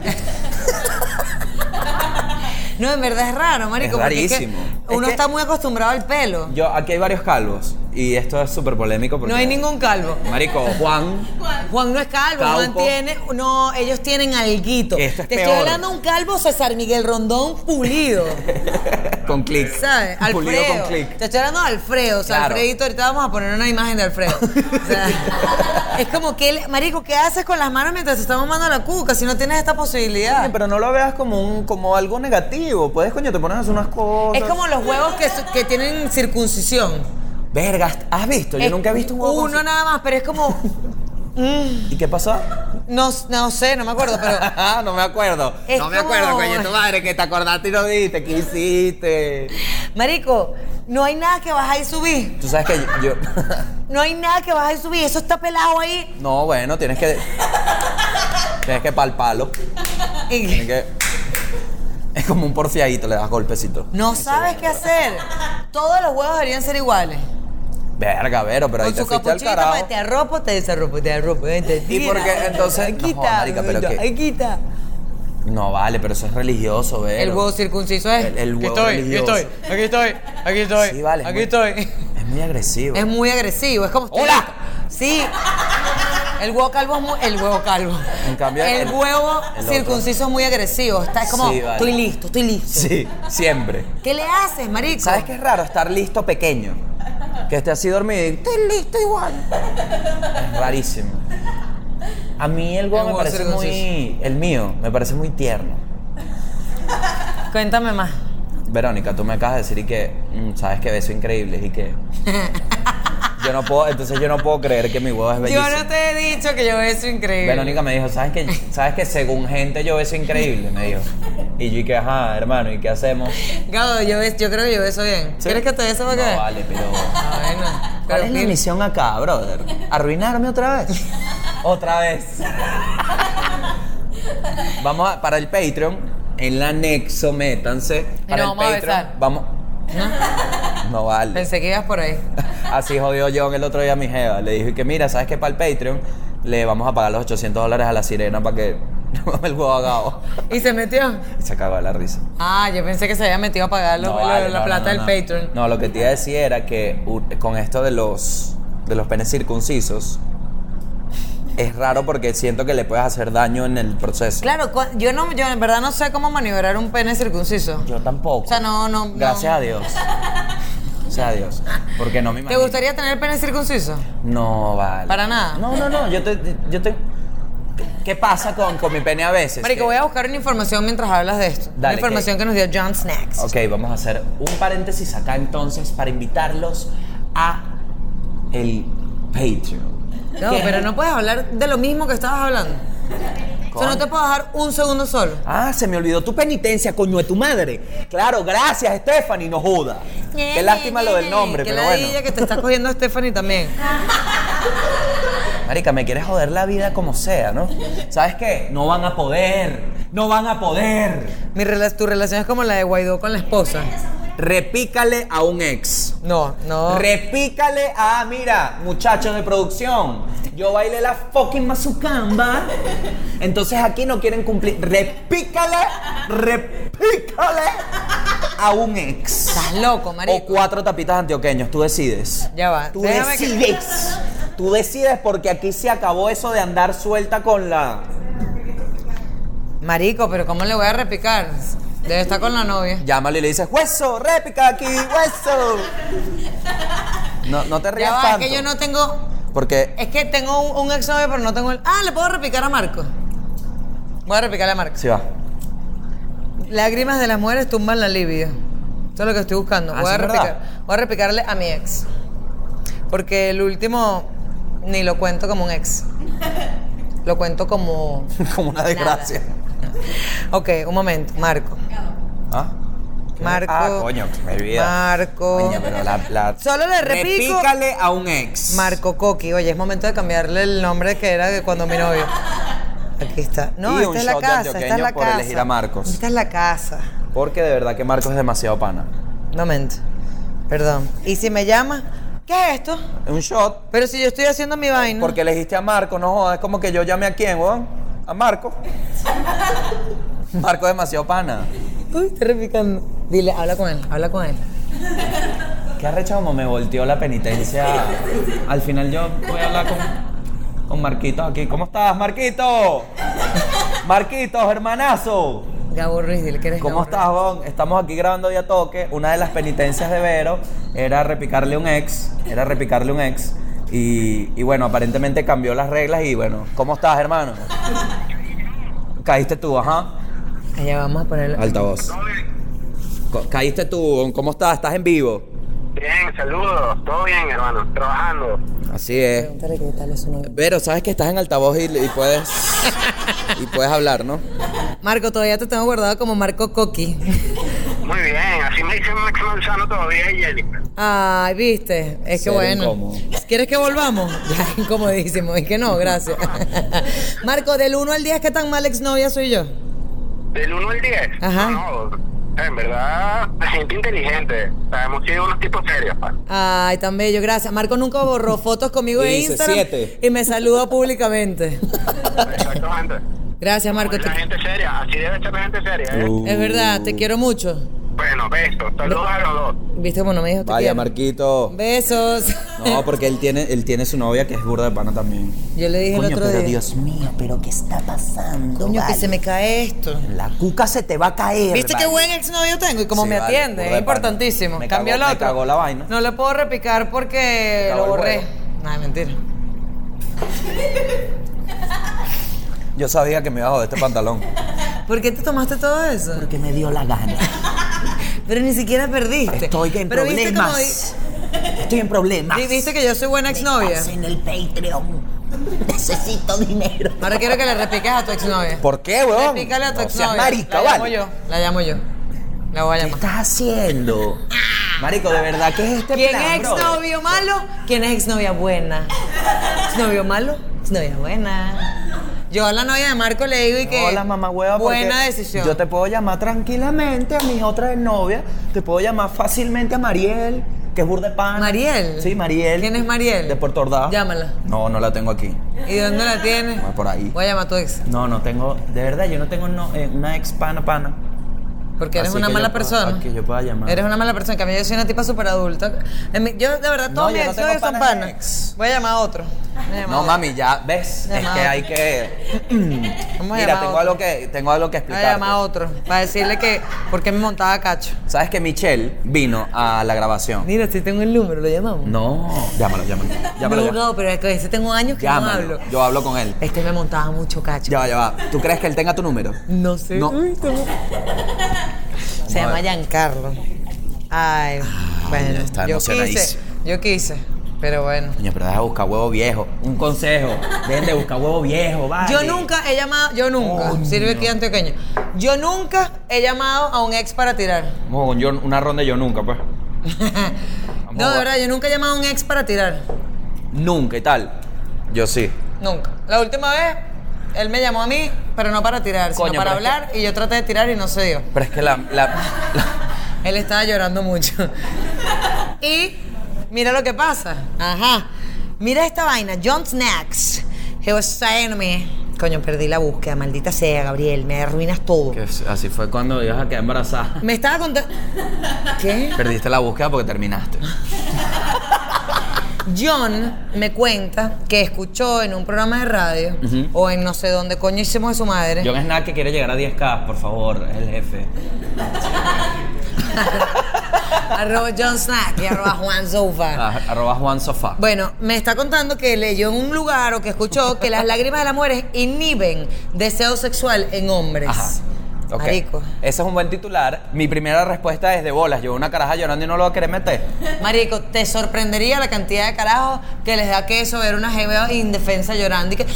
No, en verdad es raro, marico. Es porque rarísimo. que uno Es que- está muy acostumbrado al pelo. Yo, aquí hay varios calvos. Y esto es súper polémico porque... No hay ningún calvo. Marico, Juan... Juan no es calvo, Caupo. Juan tiene... No, ellos tienen alguito. Que esto es Te peor. estoy hablando de un calvo César Miguel Rondón pulido. con clic. ¿Sabes? Pulido Alfredo. con clic. Te estoy hablando de Alfredo. O sea, Claro. Alfredito, ahorita vamos a poner una imagen de Alfredo. O sea, es como que, él- marico, ¿qué haces con las manos mientras te estamos mamando la cuca si no tienes esta posibilidad? Oye, pero no lo veas como un como algo negativo. Puedes, coño, te pones a hacer unas cosas. Es como los huevos que, que tienen circuncisión. Vergas, ¿has visto? Yo Es nunca he visto un huevo con- Uno nada más, pero es como... ¿Y qué pasó? No, no sé, no me acuerdo, pero... no me acuerdo. Es no me como- acuerdo, coño, tu madre, que te acordaste y no dijiste. ¿Qué hiciste? Marico, no hay nada que bajar y subir. Tú sabes que yo... yo- No hay nada que bajar y subir. Eso está pelado ahí. no, bueno, tienes que... tienes que palparlo. Y- Tienes que... Es como un porfiadito, le das golpecito. No sabes qué hacer. Todos los huevos deberían ser iguales. Verga, Vero, pero ahí Con te su fuiste al capuchita, carajo. pues, te arropo, te desarropo, te arropo. Te ¿Y por qué? Entonces, Ahí no, quita, marica, pero qué- ahí quita. No vale, pero eso es religioso, Vero. El huevo circunciso es... El- el Aquí huevo estoy, aquí religioso. estoy, aquí estoy, aquí estoy, Sí, vale, es aquí muy- estoy. Es muy agresivo. Es muy agresivo, es como... estoy ¡Hola! listo. Sí. El huevo calvo es muy... El huevo calvo. En cambio, el, el- huevo el otro. circunciso es muy agresivo. Está es como, Sí, vale. estoy listo, estoy listo. Sí, siempre. ¿Qué le haces, marico? ¿Sabes qué es raro? Estar listo pequeño. Que esté así dormido y estoy listo igual. Es rarísimo. A mí el huevo El me huevo parece circunciso. muy... El mío me parece muy tierno. Cuéntame más. Verónica, tú me acabas de decir y que... mm, ¿sabes qué beso increíble? Y que... Yo no puedo... Entonces yo no puedo creer que mi huevo es bellísimo. Yo no te he dicho que yo beso increíble. Verónica me dijo, ¿sabes que, ¿sabes que según gente yo beso increíble? Me dijo. Y yo y que, ajá, hermano, ¿y qué hacemos? Gabo, yo, bes- yo creo que yo beso bien. ¿Sí? ¿Quieres que te beso para qué? No, vale, pero... Ah, bueno. ¿Cuál Pero es la ¿qué? misión acá, brother? ¿Arruinarme otra vez? Otra vez. Vamos a, para el Patreon, en el anexo, métanse. Y Para nos el vamos a Patreon, besar. vamos. No vale. Pensé que ibas por ahí. Así jodió John el otro día a mi jeva. Le dije que mira, ¿sabes qué? Para el Patreon le vamos a pagar los ochocientos dólares a la sirena para que el huevo a Gabo. ¿Y se metió? Y se cagó de la risa. Ah, yo pensé que se había metido a pagar lo- No, lo- vale, la no, plata no, no, del no. Patreon. No, lo que te iba a decir era que u- con esto de los, de los penes circuncisos, es raro porque siento que le puedes hacer daño en el proceso. Claro, cu- yo no, yo en verdad no sé cómo maniobrar un pene circunciso. Yo tampoco. O sea, no, no, no. Gracias a Dios. Gracias a Dios. Porque no me ¿Te imagino. gustaría tener pene circunciso? No, vale. ¿Para nada? No, no, no. Yo te. Yo te ¿Qué pasa con, con mi pene a veces? Marico, Que- voy a buscar una información mientras hablas de esto. Dale, una información ¿qué? que nos dio John Snacks. Ok, vamos a hacer un paréntesis acá entonces para invitarlos a el Patreon. No, ¿Qué? pero no puedes hablar de lo mismo que estabas hablando. O sea, no te puedo dejar un segundo solo. Ah, se me olvidó tu penitencia, coño de tu madre. Claro, gracias, Stephanie, no joda. Qué lástima lo del nombre, Qué pero bueno. ladilla que te está cogiendo Stephanie también. Marica, me quieres joder la vida como sea, ¿no? ¿Sabes qué? No van a poder. No van a poder. Mi rela- tu relación es como la de Guaidó con la esposa. repícale a un ex. No, no. Repícale a, mira, muchachos de producción, yo bailé la fucking mazucamba, entonces aquí no quieren cumplir. Repícale, repícale a un ex. Estás loco, marico. O cuatro tapitas antioqueños, tú decides. Ya va. Tú Déjame que- decides. Tú decides porque aquí se acabó eso de andar suelta con la... Marico, pero ¿cómo le voy a repicar? Debe estar con la novia. Llámale y le dices, hueso, réplica aquí, hueso. No, no te rías Ya va, tanto. es que yo no tengo... Porque... Es que tengo un, un exnovio, pero no tengo el... Ah, ¿le puedo repicar a Marco? Voy a repicarle a Marco. Sí va. Lágrimas de las mujeres tumban la libido. Eso es lo que estoy buscando. Ah, Voy ¿sí a es repicar. verdad? Voy a repicarle a mi ex. Porque el último ni lo cuento como un ex. Lo cuento como... Como una desgracia. Ok, un momento. Marco. ¿Ah? Marco. Ah, coño, me olvidé. Marco. Coño, pero la, la... Solo le repico. Repícale a un ex. Marco Coqui. Oye, es momento de cambiarle el nombre que era de cuando mi novio. Aquí está. No, Y esta un es la shot de casa. Esta es antioqueño la por casa. elegir a Marcos. Esta es la casa. Porque de verdad que Marcos es demasiado pana. Un momento. Perdón. ¿Y si me llama? ¿Qué es esto? Es un shot. Pero si yo estoy haciendo mi vaina. Porque elegiste a Marco, no jodas. Es como que yo llame a quién, weón. A Marco. Marco es demasiado pana. Uy, estoy repicando. Dile, habla con él, habla con él. ¿Qué arrecha como me volteó la penitencia? Al final yo voy a hablar con, con Marquitos aquí. ¿Cómo estás, Marquito? Marquitos, hermanazo. Gabo Ruiz, dile que eres ¿Cómo Gabo estás, Bon? Estamos aquí grabando Día Toque. Una de las penitencias de Vero era repicarle un ex. Era repicarle un ex. Y, y bueno, aparentemente cambió las reglas y bueno. ¿Cómo estás, hermano? Caíste tú, ajá. Ruiz. Allá vamos a ponerlo. Altavoz. Co- Caíste tú, Bon. ¿Cómo estás? ¿Estás en vivo? Bien, saludos, todo bien, hermano, trabajando. Así es. Pregúntale qué tal es su novio. Vero, sabes que estás en altavoz y, y puedes y puedes hablar, ¿no? Marco, todavía te tengo guardado como Marco Coqui. Muy bien, así me dicen Max Manzano todavía y Jennifer. Ay, viste, es que Ser bueno. incómodo. ¿Quieres que volvamos? Ya, incomodísimo. Es que no, gracias. Marco, del uno al diez, ¿qué tan mal exnovia soy yo? Del uno al diez. Ajá. No, no, en verdad, la gente inteligente. O sea, hemos sido unos tipos serios, pa. Ay, tan bello, gracias. Marco nunca borró fotos conmigo Y en dice Instagram siete. y me saluda públicamente. Exactamente. Gracias, Marco. Como es la te- gente seria, así debe ser la gente seria, ¿eh? Uh. Es verdad, te quiero mucho. Bueno, besos, saludos a los dos. ¿Viste cómo no me dijo te Vaya, quiero? Marquito. Besos. No, porque él tiene, él tiene su novia que es burda de pana también. Yo le dije Coño, el otro pero día. Dios mío, pero ¿qué está pasando? Coño, que vale? se me cae esto. La cuca se te va a caer. ¿Viste vale. qué buen exnovio tengo? Y cómo Sí, me vale, atiende, burda de es pana. importantísimo. Me Cambió cagó- el me otro. cagó la vaina. No le puedo repicar porque Me cagó lo el borré. huevo. No, mentira. Yo sabía que me iba a joder este pantalón. ¿Por qué te tomaste todo eso? Porque me dio la gana. Pero ni siquiera perdiste. Estoy en Pero viste cómo problemas. Estoy en problemas. di- viste que yo soy buena exnovia. en el Patreon. Necesito dinero. Ahora quiero que le repiques a tu exnovia. ¿Por qué, weón? Repícale a tu No seas exnovia. marica, la llamo vale. yo. La llamo yo. La voy a ¿Qué llamar. estás haciendo? Marico, de verdad, ¿qué es este ¿Quién plan, es brother? exnovio malo? ¿Quién es exnovia buena? ¿Exnovio malo? Exnovia buena. Yo a la novia de Marco le digo y que... Hola, mamá hueva. porque Buena decisión. Yo te puedo llamar tranquilamente a mis otras novias. Te puedo llamar fácilmente a Mariel, que es burda de pana. ¿Mariel? Sí, Mariel. ¿Quién es Mariel? De Puerto Ordaz. Llámala. No, no la tengo aquí. ¿Y dónde la tienes? Ah, por ahí. Voy a llamar a tu ex. No, no tengo. De verdad, yo no tengo no- eh, una ex pana pana. Porque eres Así una que mala yo pueda- persona. que yo pueda llamar. Eres una mala persona. Que a mí yo soy una tipa súper adulta. En mi- Yo, de verdad, No, todos yo mis no tengo exnovios son panas panas. ex. Voy a llamar a otro. Voy a llamar a No, otro. mami, ya ves. Llama Es a que otro. hay que. Vamos a Mira, llamar a tengo otro. algo que tengo algo que Voy a explicar. llamar a otro. Para decirle que... ¿Por qué me montaba cacho? ¿Sabes que Michelle vino a la grabación? Mira, si tengo el número, lo llamamos. No. Llámalo, llámalo. Llámalo. no, ya. no, pero es que ese tengo años que no Llámalo. hablo. Yo hablo con él. Este me montaba mucho cacho. Ya va, ya va. ¿Tú crees que él tenga tu número? No sé. No. Uy, ¿cómo? Se llama Giancarlo. Ay, bueno. ya está yo quise, emocionadísimo. yo quise, pero bueno. Coño, pero deja de buscar huevo viejo. Un consejo. Dejen de buscar huevo viejo, vale. Yo nunca he llamado, yo nunca, Coño. sirve aquí antioqueño. Yo nunca he llamado a un ex para tirar. Vamos con yo, una ronda yo nunca, pues. Vamos No, a- de verdad, yo nunca he llamado a un ex para tirar. Nunca y tal. Yo sí. Nunca. La última vez, él me llamó a mí, pero no para tirar, Coño, sino para pero es hablar y yo traté de tirar y no se dio. Pero es que la, la, la, Él estaba llorando mucho. Y mira lo que pasa. Ajá. Mira esta vaina. John Snacks. He was saying to me. Coño, perdí la búsqueda. Maldita sea, Gabriel. Me arruinas todo. Que así fue cuando ibas a quedar embarazada. Me estaba contando. ¿Qué? Perdiste la búsqueda porque terminaste. John me cuenta que escuchó en un programa de radio Ujú. o en no sé dónde coño hicimos de su madre. John Snack que quiere llegar a diez K, por favor, es el jefe. Arroba John Snack y arroba Juan Sofa. Ah, arroba Juan Sofá. Bueno, me está contando que leyó en un lugar o que escuchó que las lágrimas de las mujeres inhiben deseo sexual en hombres. Ajá. Ok. Marico. Ese es un buen titular. Mi primera respuesta es de bolas. Yo una caraja llorando y no lo voy a querer meter. Marico, te sorprendería la cantidad de carajos que les da queso ver una jeva indefensa llorando y que...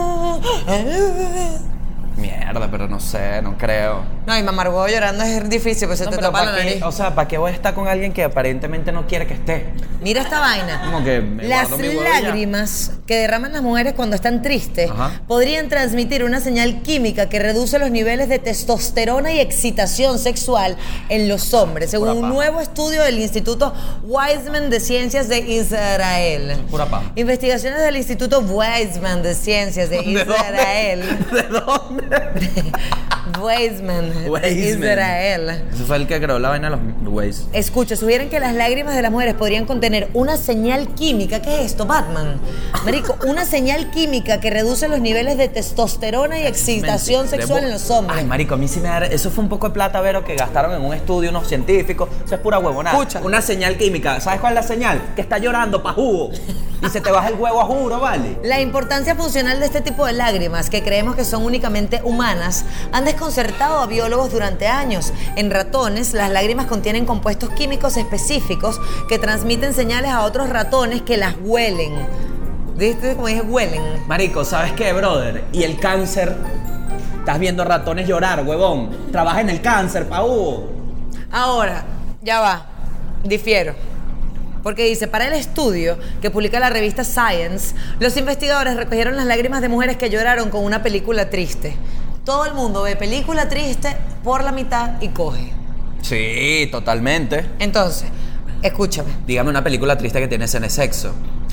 Mierda, pero no sé, no creo. No, y mamarhuevo llorando es difícil, pues se No, te pero tapa la ¿para qué? nariz. O sea, ¿para qué voy a estar con alguien que aparentemente no quiere que esté? Mira esta vaina. Como que me Las guardo mi huevo y ya. lágrimas que derraman las mujeres cuando están tristes Ajá. podrían transmitir una señal química que reduce los niveles de testosterona y excitación sexual en los hombres, según Pura un paja. nuevo estudio del Instituto Weizmann de Ciencias de Israel. Pura paja. Investigaciones del Instituto Weizmann de Ciencias de ¿De dónde? Israel. ¿De dónde? Weizmann, de Weizmann. Israel. Ese fue el que creó la vaina de los Waze. Escucha, sugieren que las lágrimas de las mujeres podrían contener una señal química. ¿Qué es esto, Batman? Marico, una señal química que reduce los niveles de testosterona y excitación Mentira. sexual De en los hombres. Ay, marico, a mí sí me da... Eso fue un poco de plata, Vero, que gastaron en un estudio unos científicos. Eso es pura huevonada. Escucha. Una señal química. ¿Sabes cuál es la señal? Que está llorando pa' jugo. Y se te baja el huevo a juro, ¿vale? La importancia funcional de este tipo de lágrimas, que creemos que son únicamente humanas, han desconcertado a biólogos durante años. En ratones, las lágrimas contienen compuestos químicos específicos que transmiten señales a otros ratones que las huelen. ¿Viste cómo dije huelen? Marico, ¿sabes qué, brother? Y el cáncer... Estás viendo ratones llorar, huevón. Trabaja en el cáncer, pa' Hugo. Ahora, ya va, difiero. Porque dice, para el estudio que publica la revista Science, los investigadores recogieron las lágrimas de mujeres que lloraron con una película triste. Todo el mundo ve película triste por la mitad y coge. Sí, totalmente. Entonces, escúchame. Dígame una película triste que tiene escena de sexo.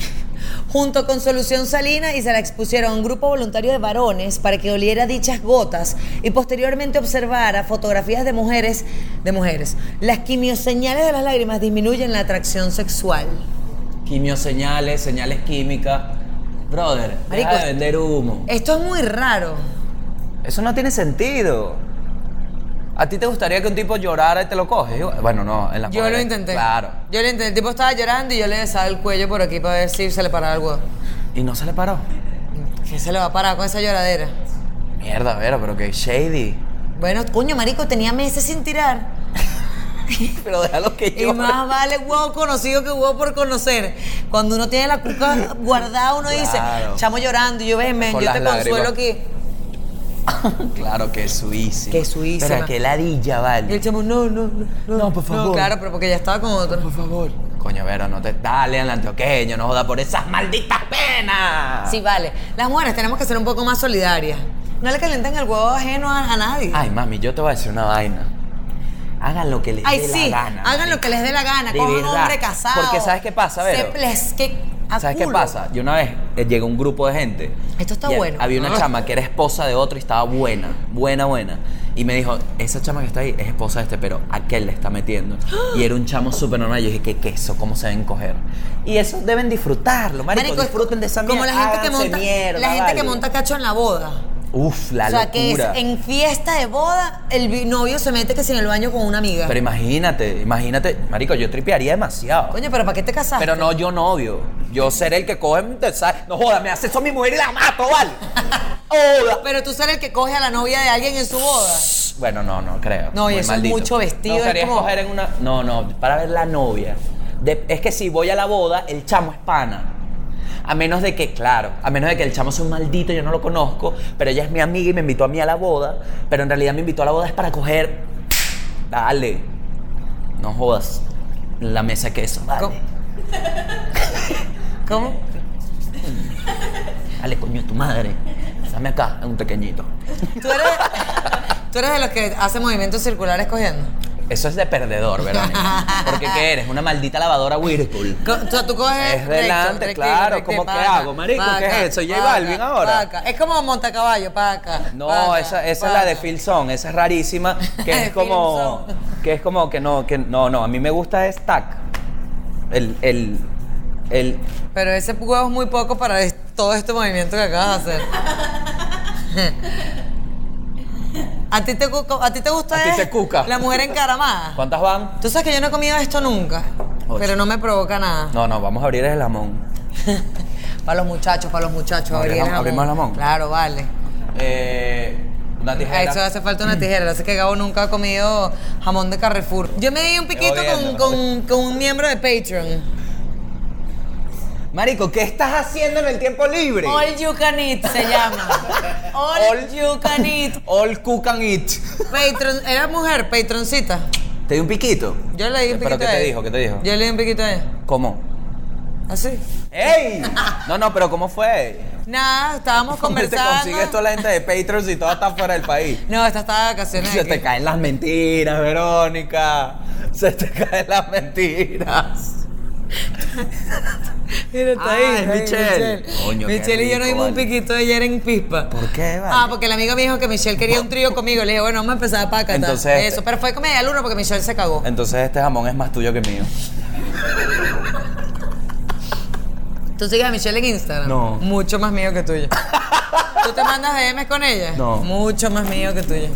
Junto con solución salina y se la expusieron a un grupo voluntario de varones para que oliera dichas gotas y posteriormente observara fotografías de mujeres, de mujeres. Las quimioseñales de las lágrimas disminuyen la atracción sexual. Quimioseñales, señales químicas. Brother, Marico, deja de vender humo. Esto es muy raro. Eso no tiene sentido. ¿A ti te gustaría que un tipo llorara y te lo coges? Bueno, no, en las Yo lo mujeres, intenté. Claro. Yo lo intenté. El tipo estaba llorando y yo le besaba el cuello por aquí para ver si se le paraba el huevo. ¿Y no se le paró? ¿Qué se le va a parar con esa lloradera? Mierda, Vera, pero que shady. Bueno, coño, marico, tenía meses sin tirar. Pero déjalo que Y yo. más vale huevo conocido que huevo por conocer. Cuando uno tiene la cuca guardada, uno Claro. dice, chamo llorando, y yo ven, ven, Con yo las te consuelo lágrimas. aquí. Claro que suísimo. Que suísima. Pero que ladilla, Y vale. el chamo, no, no, no. No, por favor. No, claro, pero porque ya estaba con otro. Por favor. Coño, Vera, no te... Dale al antioqueño, no joda por esas malditas penas. Sí, vale. Las mujeres tenemos que ser un poco más solidarias. No le calienten el huevo ajeno a, a nadie. Ay, mami, yo te voy a decir una vaina. Hagan lo que les Ay, dé sí, la gana. hagan lo que les dé la gana, De cojan un verdad. hombre casado. Porque ¿sabes qué pasa, Vero? Se les que a ¿Sabes qué culo. pasa? Yo una vez eh, llegó un grupo de gente. Esto está y bueno. Había una Ah. chama que era esposa de otro y estaba buena, buena, buena. Y me dijo, esa chama que está ahí es esposa de este, pero aquel le está metiendo. Y era un chamo súper normal. Yo dije, qué queso, cómo se deben coger. Y eso deben disfrutarlo, marico. Marico, disfruten de esa mierda. como la gente que háganse monta, mierda, la gente vale. que monta cacho en la boda. Uf, la o sea, que es locura. en fiesta de boda, el vi- novio se mete que si en el baño con una amiga. Pero imagínate, imagínate, marico, yo tripearía demasiado. Coño, pero ¿para qué te casaste? Pero no yo novio. Yo seré el que coge. te sa- No joda, me hace eso a mi mujer y la mato, ¿vale? Joda. Pero tú serás el que coge a la novia de alguien en su boda. Bueno, no, no creo. No, y Muy eso es mucho vestido, Me gustaría es como- escoger en una. No, no, para ver la novia. De- Es que si voy a la boda, el chamo es pana. A menos de que, claro, a menos de que el chamo sea un maldito, yo no lo conozco, pero ella es mi amiga y me invitó a mí a la boda, pero en realidad me invitó a la boda es para coger. Dale. No jodas. La mesa de queso, dale. ¿Cómo? ¿Cómo? Dale, coño, tu madre. Dame acá, un pequeñito. ¿Tú eres, ¿Tú eres de los que hace movimientos circulares cogiendo? Eso es de perdedor, Verónica. Porque ¿qué eres? Una maldita lavadora Whirlpool. Co- O sea, tú coges. Es delante, recto, claro, rectico, ¿cómo rectico, qué pa' hago, acá, marico? pa' ¿Qué es acá, eso? ¿J pa' Balvin acá, ahora? pa' acá. Es como montacaballo, para acá. No, pa' acá, esa, esa pa' es la de acá. Phil Song, esa es rarísima, que es Phil como, Song. que es como que no, que no, no, a mí me gusta es tac, el, el, el, Pero ese huevo es muy poco para es- todo este movimiento que acabas de hacer. ¿A ti te, cu- a ti te gusta A ti es te cuca. la mujer encaramada? ¿cuántas van? Tú sabes que yo no he comido esto nunca, Ocho. pero no me provoca nada. No, no, vamos a abrir el jamón. Para los muchachos, para los muchachos. Abrir abrir el jam- abrimos el jamón. Claro, vale. Eh, una A tijera. eso hace falta una tijera. Así que Gabo nunca ha comido jamón de Carrefour. Yo me di un piquito Jodiendo, con, ¿no? con, con un miembro de Patreon. Marico, ¿qué estás haciendo en el tiempo libre? All You Can Eat se llama. All, All- You Can Eat. All cook and eat. Patron, era mujer, patroncita. ¿Te di un piquito? Yo le di un piquito ¿Pero qué a te ella. dijo? ¿Qué te dijo? Yo le di un piquito a ella. ¿Cómo? Así. ¡Ey! No, no, pero ¿cómo fue? Nada, estábamos ¿Cómo te conversando. consigues toda la gente de Patreons y todo está fuera del país? No, esta estaba de vacaciones. Se aquí. te caen las mentiras, Verónica. Se te caen las mentiras. Mira, está Ah, ahí, es está ahí, Michelle. Coño, qué Michelle y yo nos rico, dimos un vale. piquito de ayer en Pispa. ¿Por qué, vale? Ah, porque la amiga me dijo que Michelle quería un trío conmigo. Le dije, bueno, vamos a empezar para acá. Entonces- Eso, pero fue comedia al uno porque Michelle se cagó. Entonces este jamón es más tuyo que mío. ¿Tú sigues a Michelle en Instagram? No. Mucho más mío que tuyo. ¿Tú te mandas D Ms con ella? No. Mucho más mío que tuyo.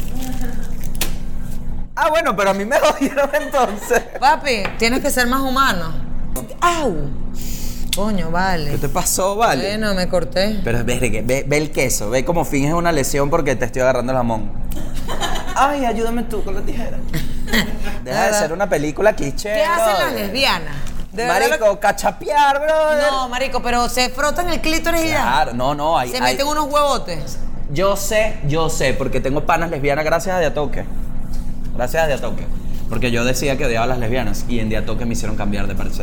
Ah, bueno, pero a mí me jodieron entonces. Papi, tienes que ser más humano. ¡Au! Coño, vale. ¿Qué te pasó, vale? Bueno, me corté. Pero ve, ve, ve, ve el queso, ve cómo finges una lesión porque te estoy agarrando el jamón. Ay, ayúdame tú con la tijera. Deja de ser una película cliché. ¿Qué hacen las brother. lesbianas? ¿De verdad Marico, lo- cachapear, brother. No, marico, pero se frotan el clítoris y ya. Claro, no, no, hay, Se hay- meten unos huevotes. Yo sé, yo sé, porque tengo panas lesbianas gracias a Diatoque. Gracias a Diatoque. Porque yo decía que odiaba a las lesbianas y en Diatoque me hicieron cambiar de parecer.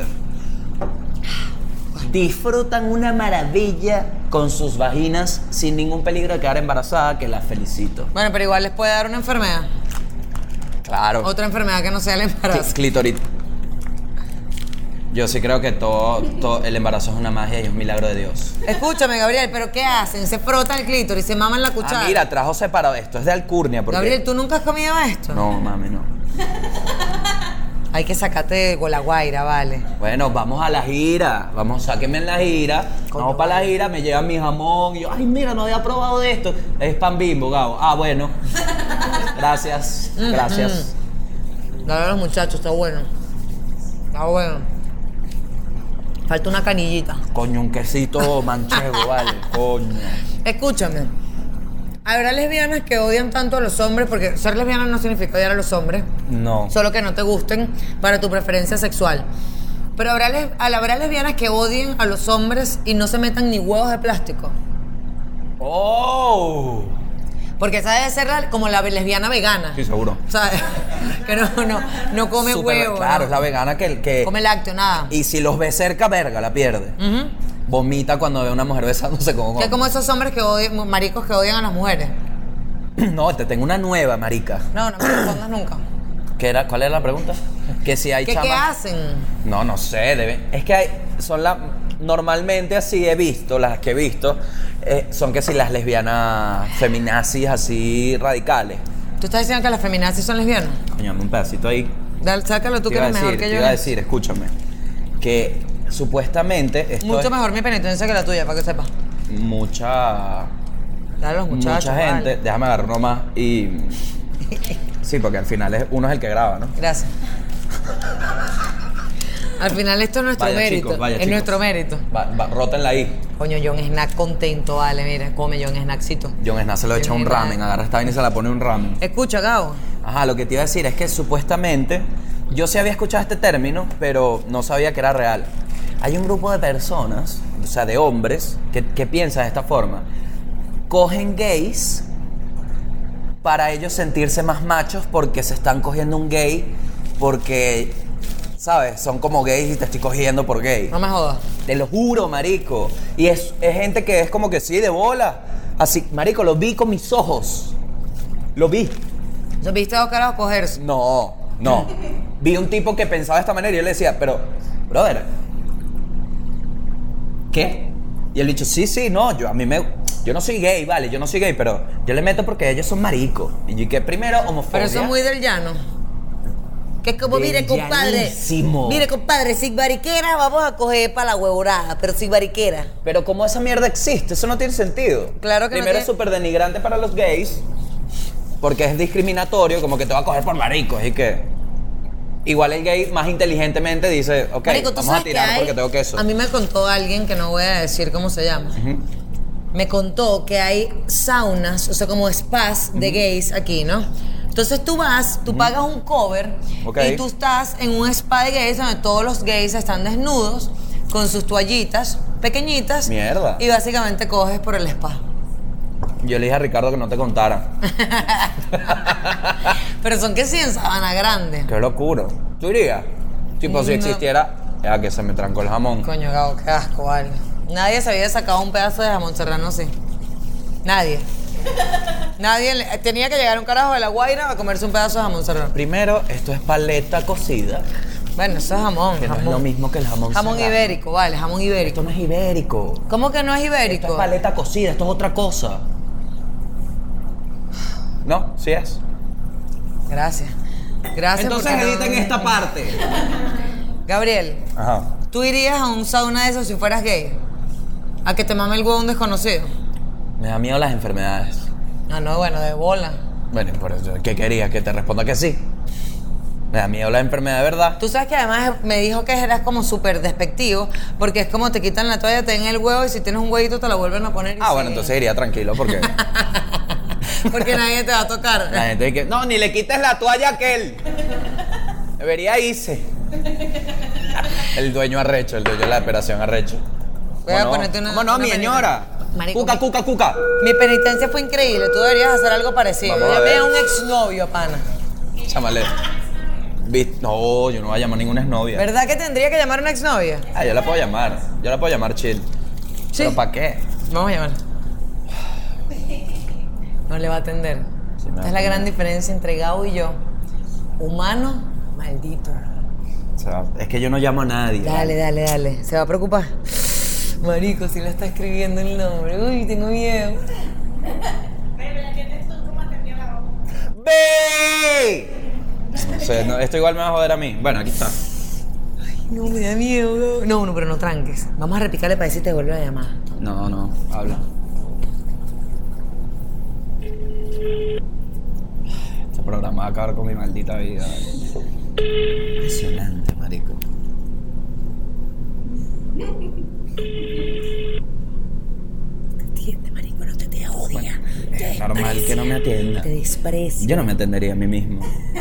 Disfrutan una maravilla con sus vaginas sin ningún peligro de quedar embarazada, que las felicito. Bueno, pero igual les puede dar una enfermedad. Claro. Otra enfermedad que no sea el embarazo. Cl- Clitorit. Yo sí creo que todo, todo el embarazo es una magia y es un milagro de Dios. Escúchame, Gabriel, ¿pero qué hacen? Se frotan el clítoris, se maman la cuchara. Ah, mira, trajo separado. Esto es de alcurnia. Porque... Gabriel, ¿tú nunca has comido esto? No, mami, no. Hay que sacarte con la guaira, vale. Bueno, vamos a la gira. Vamos, sáquenme en la gira. Coño, vamos para la vale. gira, me llevan mi jamón. Y yo, ay, mira, no había probado de esto. Es pan Bimbo, Gabo. Ah, bueno. Gracias, gracias. Dale a los muchachos, está bueno. Está bueno. Falta una canillita. Coño, un quesito manchego, vale. Coño. Escúchame. Habrá lesbianas que odian tanto a los hombres, porque ser lesbiana no significa odiar a los hombres, No. solo que no te gusten para tu preferencia sexual. Pero habrá, les- habrá lesbianas que odien a los hombres y no se metan ni huevos de plástico. ¡Oh! Porque esa debe ser la- como la lesbiana vegana. Sí, seguro. ¿Sabes? Que no, no, no come Súper- huevo. Claro, no. es la vegana que... que Come lácteo, nada. y si los ve cerca, verga, la pierde. Ujú. Vomita cuando ve a una mujer besándose con un Que es hombre. como esos hombres que odian, maricos que odian a las mujeres. No, te tengo una nueva, marica. No, no me respondas nunca. ¿Qué era, ¿Cuál era la pregunta? Que si hay ¿Qué, chamas... ¿Qué hacen? No, no sé, deben... Es que hay... Son las... Normalmente así he visto, las que he visto, eh, son que si las lesbianas feminazis así radicales. ¿Tú estás diciendo que las feminazis son lesbianas? Coño, dame un pedacito ahí. Dale, sácalo tú Te que iba a eres mejor decir, que te yo. iba a decir, escúchame, que supuestamente esto Mucho es mejor mi penitencia que la tuya, para que sepas. mucha... Dale a los muchachos. mucha gente, vale. déjame agarrar uno más y... Sí, porque al final es, uno es el que graba, ¿no? Gracias. Al final esto es nuestro Vaya, mérito. chicos, vaya, es chicos. nuestro mérito. Va, va, rótenla ahí. Coño, John Snack contento, vale, mira, come John Snackcito. John Sna se lo echa John un Snack. ramen, agarra esta vaina y se la pone un ramen. Escucha, Gabo. Ajá, lo que te iba a decir es que supuestamente yo sí había escuchado este término, pero no sabía que era real. Hay un grupo de personas, o sea, de hombres, que, que piensan de esta forma. Cogen gays para ellos sentirse más machos porque se están cogiendo un gay porque, ¿sabes? Son como gays y te estoy cogiendo por gay. No me jodas. Te lo juro, marico. Y es, es gente que es como que sí, de bola. Así, marico, lo vi con mis ojos. Lo vi. ¿Viste a dos carajos cogerse? No, no. Vi un tipo que pensaba de esta manera y yo le decía, pero, brother, ¿qué? Y él dicho, sí, sí, no, yo a mí me... Yo no soy gay, vale, yo no soy gay, pero yo le meto porque ellos son maricos. Y yo que primero, homofobia. Pero eso es muy del llano. Que es como, Del mire, compadre. llanísimo. Mire, compadre, sin bariquera vamos a coger para la huevorada, pero sin bariquera. Pero como esa mierda existe, eso no tiene sentido. Claro que no Primero tiene- es súper denigrante para los gays, porque es discriminatorio, como que te va a coger por maricos, y que... Igual el gay más inteligentemente dice, ok, Marico, ¿tú vamos sabes a tirar que hay- porque tengo queso. A mí me contó alguien que no voy a decir cómo se llama. Me contó que hay saunas, o sea, como spas de gays aquí, ¿no? Entonces tú vas, tú pagas un cover Ok. y tú estás en un spa de gays donde todos los gays están desnudos con sus toallitas pequeñitas. Mierda. Y básicamente coges por el spa. Yo le dije a Ricardo que no te contara. Pero son que sí en Sabana Grande. Qué locura. ¿Tú irías? Tipo, si No. existiera... Ya que se me trancó el jamón. Coño, Gabo, qué asco, vale. Nadie se había sacado un pedazo de jamón serrano así. Nadie. Nadie le- tenía que llegar un carajo de La Guaira a comerse un pedazo de jamón serrano. Primero, esto es paleta cocida, Bueno, eso es jamón. que no jamón. es lo mismo que el jamón Jamón serrano. ibérico, vale, jamón ibérico. Esto no es ibérico. ¿Cómo que no es Esto ibérico? es paleta cocida, esto es otra cosa. ¿No? ¿Sí es? Gracias. Gracias. Entonces porque no- editen esta parte. Gabriel, Ajá. ¿tú irías a un sauna de esos si fueras gay? ¿A que te mame el huevo un desconocido? Me da miedo las enfermedades. Ah, no, bueno, de bola. Bueno, por eso, ¿qué querías? ¿Que te responda que sí? Me da miedo la enfermedad de verdad. Tú sabes que además me dijo que eras como súper despectivo, porque es como te quitan la toalla, te den el huevo y si tienes un huevito te lo vuelven a poner. y Ah, bueno, sí. entonces iría tranquilo porque Porque nadie te va a tocar. la gente dice, no, ni le quites la toalla a aquel. Debería irse. El dueño arrecho, el dueño de la operación arrecho. Voy a ¿Cómo no? ponerte una- ¿Cómo no, una mi penitencia. señora? Marico, Cuca, mi- cuca, cuca. Mi penitencia fue increíble, tú deberías hacer algo parecido. Vamos a Llamé ver. a un exnovio, pana. Chámale. Vist- No, yo no voy a llamar a ninguna exnovia. ¿Verdad que tendría que llamar a una exnovia? Ah, yo la puedo llamar. Yo la puedo llamar chill. Sí. ¿Pero para qué? Vamos a llamar. No le va a atender. Sí, me va Esta a es la gran atender. diferencia entre Gabo y yo. Humano, maldito. O sea, es que yo no llamo a nadie. Dale, dale, dale. ¿Se va a preocupar? Marico, si le está escribiendo el nombre. Uy, tengo miedo. ¡Ve! No sé, no, esto igual me va a joder a mí. Bueno, aquí está. No, me da miedo. Gabo. No, no, pero no tranques. Vamos a repicarle para decir si te vuelve a llamar. No, no, habla. Este programa va a acabar con mi maldita vida. vale. Impresionante, marico. Entiende, marico, no te, te odia. Te Es normal desprecia, que no me atienda. Te desprecia. Yo no me atendería a mí mismo.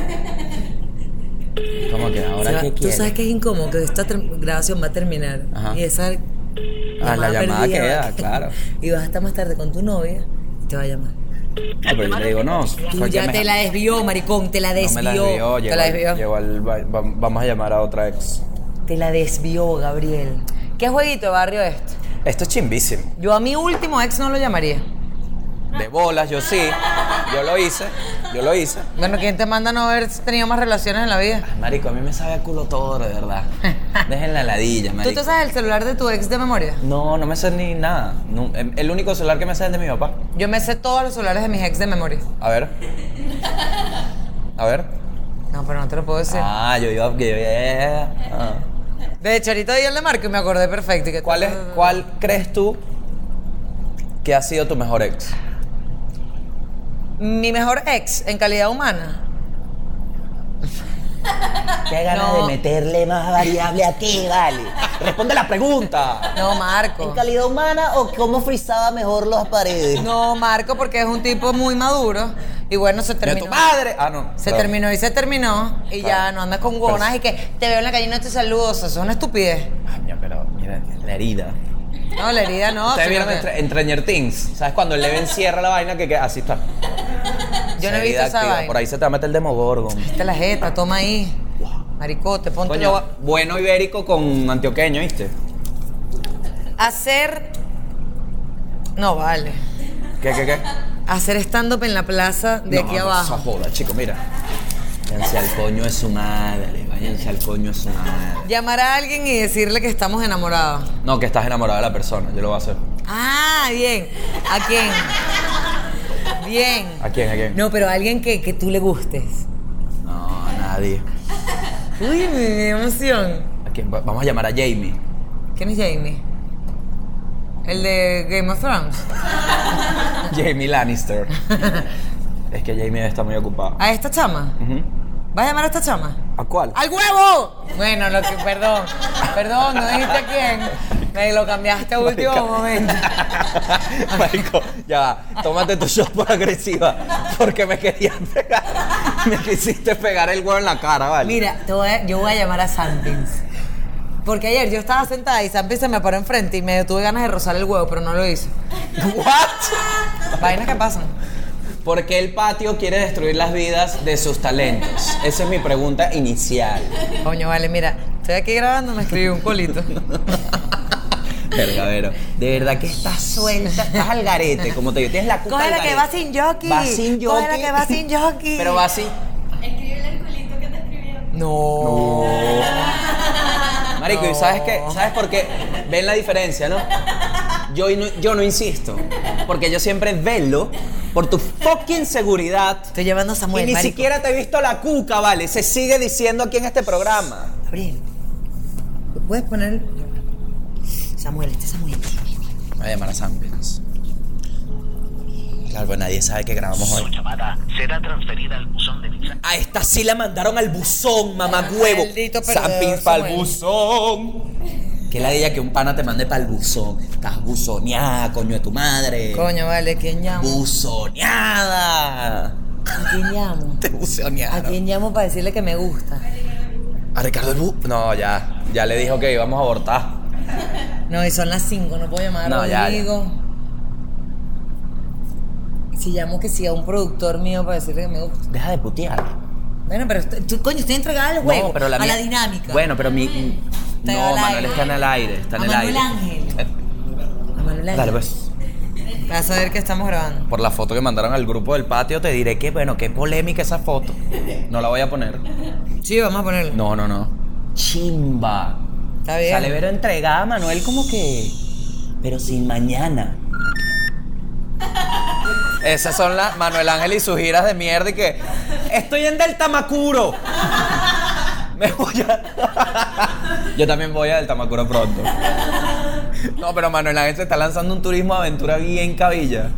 ¿Cómo que ahora Se va- qué Tú quieres? sabes que es incómodo que esta ter- grabación va a terminar. Ajá. Y esa Ah, la llamada perdida queda, va a- claro. Y vas a estar más tarde con tu novia y te va a llamar. No, pero yo le digo, no. Tú fue que ya me- te la desvió, maricón, te la No desvió. me la desvió, te llegó la al- desvió. llegó al ba- va- vamos a llamar a otra ex. Te la desvió, Gabriel. ¿Qué jueguito de barrio es este? Esto es chimbísimo. Yo a mi último ex no lo llamaría. De bolas, yo sí. Yo lo hice. Yo lo hice. Bueno, ¿quién te manda a no haber tenido más relaciones en la vida? Ay, marico, a mí me sabe a culo todo, de verdad. Dejen la ladilla, ¿Tú marico. te sabes el celular de tu ex de memoria? No, no me sé ni nada. No, el el único celular que me sé es el de mi papá. Yo me sé todos los celulares de mis ex de memoria. A ver. A ver. No, pero no te lo puedo decir. Ah, yo iba... que yo- ah. De hecho, ahorita di el de Marco y me acordé perfecto. y que- ¿Cuál, es, ¿Cuál crees tú que ha sido tu mejor ex? Mi mejor ex en calidad humana. Qué ganas No. de meterle más variable a ti, vale. Responde la pregunta. No, Marco. calidad humana o cómo frizaba mejor las paredes? No, Marco, porque es un tipo muy maduro. Y bueno, se ¡De terminó. tu madre! Ah, no. Se Perdón. terminó y se terminó. Y Claro. ya no andas con huevonas y que te veo en la calle y no te saludo. Eso es una estupidez. Coño, pero mira, la herida. No, la herida no. ¿Ustedes sino vieron que- entre, en Stranger Things? ¿Sabes cuando el Leven cierra la vaina que queda? Así está. Yo no he visto Herida esa activa. vaina. Por ahí se te va a meter el Demogorgon. Esta es la jeta, toma ahí. Maricote, ponte Coño, lo- bueno ibérico con antioqueño, ¿viste? Hacer. No vale. ¿Qué, qué, qué? Hacer stand-up en la plaza de No, aquí no, abajo. esa joda, chico, mira. Váyanse al coño de su madre, váyanse al coño de su madre. Llamar a alguien y decirle que estamos enamorados. No, que estás enamorada de la persona, yo lo voy a hacer. Ah, bien. ¿A quién? Bien. ¿A quién? ¿A quién? No, pero a alguien que, que tú le gustes. No, a nadie. Uy, mi, mi emoción. ¿A quién? Va- Vamos a llamar a Jamie. ¿Quién es Jamie? ¿El de Game of Thrones? Jamie Lannister. Es que Jamie está muy ocupada. ¿A esta chama? Ujú. ¿Vas a llamar a esta chama? ¿A cuál? ¡Al huevo! Bueno, lo que, perdón. Perdón, no dijiste a quién. Me lo cambiaste a último Marica. momento. Marico, ya va. Tómate tu shot por agresiva. Porque me querías pegar. Me quisiste pegar el huevo en la cara, ¿vale? Mira, te voy a- yo voy a llamar a Sampins. Porque ayer yo estaba sentada y Sampins se me paró enfrente y me tuve ganas de rozar el huevo, pero no lo hice. ¿What? Vainas que pasan. ¿Por qué el patio quiere destruir las vidas de sus talentos? Esa es mi pregunta inicial. Coño, vale, mira, estoy aquí grabando, me escribí un colito. Vergadero. De verdad que estás suelta, estás al garete, como te digo. Tienes la cuca Coge al la que garete. va sin jockey. Va sin jockey. Coge la que va sin jockey. Pero va sin... No. Marico, ¿y sabes qué? ¿Sabes por qué? Ven la diferencia, ¿no? Yo no, yo no insisto. Porque yo siempre velo por tu fucking seguridad. Estoy llevando a Samuel, Y ni marico. siquiera te he visto la cuca, ¿vale? Se sigue diciendo aquí en este programa. Gabriel, ¿puedes poner...? Samuel, este es Samuel. Voy a llamar a Sampins. Claro, pues nadie sabe que grabamos Su hoy. llamada será transferida al buzón de Visa. A esta sí la mandaron al buzón, mamagüevo. Maldito perdedor, Sampins pa'l Samuel. buzón. Que la diga que un pana te mande pa'l buzón. Estás buzoneada, coño de tu madre. Coño, vale, ¿quién llamo? Buzoneada. ¿A quién llamo? Te ¿A buzonearon. quién llamo para decirle que me gusta? A Ricardo el bu... No, ya. Ya le dijo que íbamos a abortar. No, y son las cinco, no puedo llamar a No, ya, Rodrigo. Si llamo que sí a un productor mío para decirle que me gusta. Deja de putear. Bueno, pero estoy- tú, coño, estoy entregada al juego, No, pero la a mía- la dinámica. Bueno, pero mi... Está No, al Manuel aire. está en el aire. Está en A el Manuel aire. Ángel. Eh, A Manuel Ángel. Dale, pues. Vas a ver que estamos grabando. Por la foto que mandaron al grupo del patio te diré que, bueno, qué polémica esa foto. No la voy a poner. Sí, vamos a ponerlo. No, no, no. Chimba. Está bien. Sale Vero entregada a Manuel como que... Pero sin mañana. Esas son las Manuel Ángel y sus giras de mierda y que... Estoy en Del Tamacuro. Me voy a... Yo también voy a Del Tamacuro pronto. No, pero Manuel Ángel se está lanzando un turismo de aventura bien cabilla.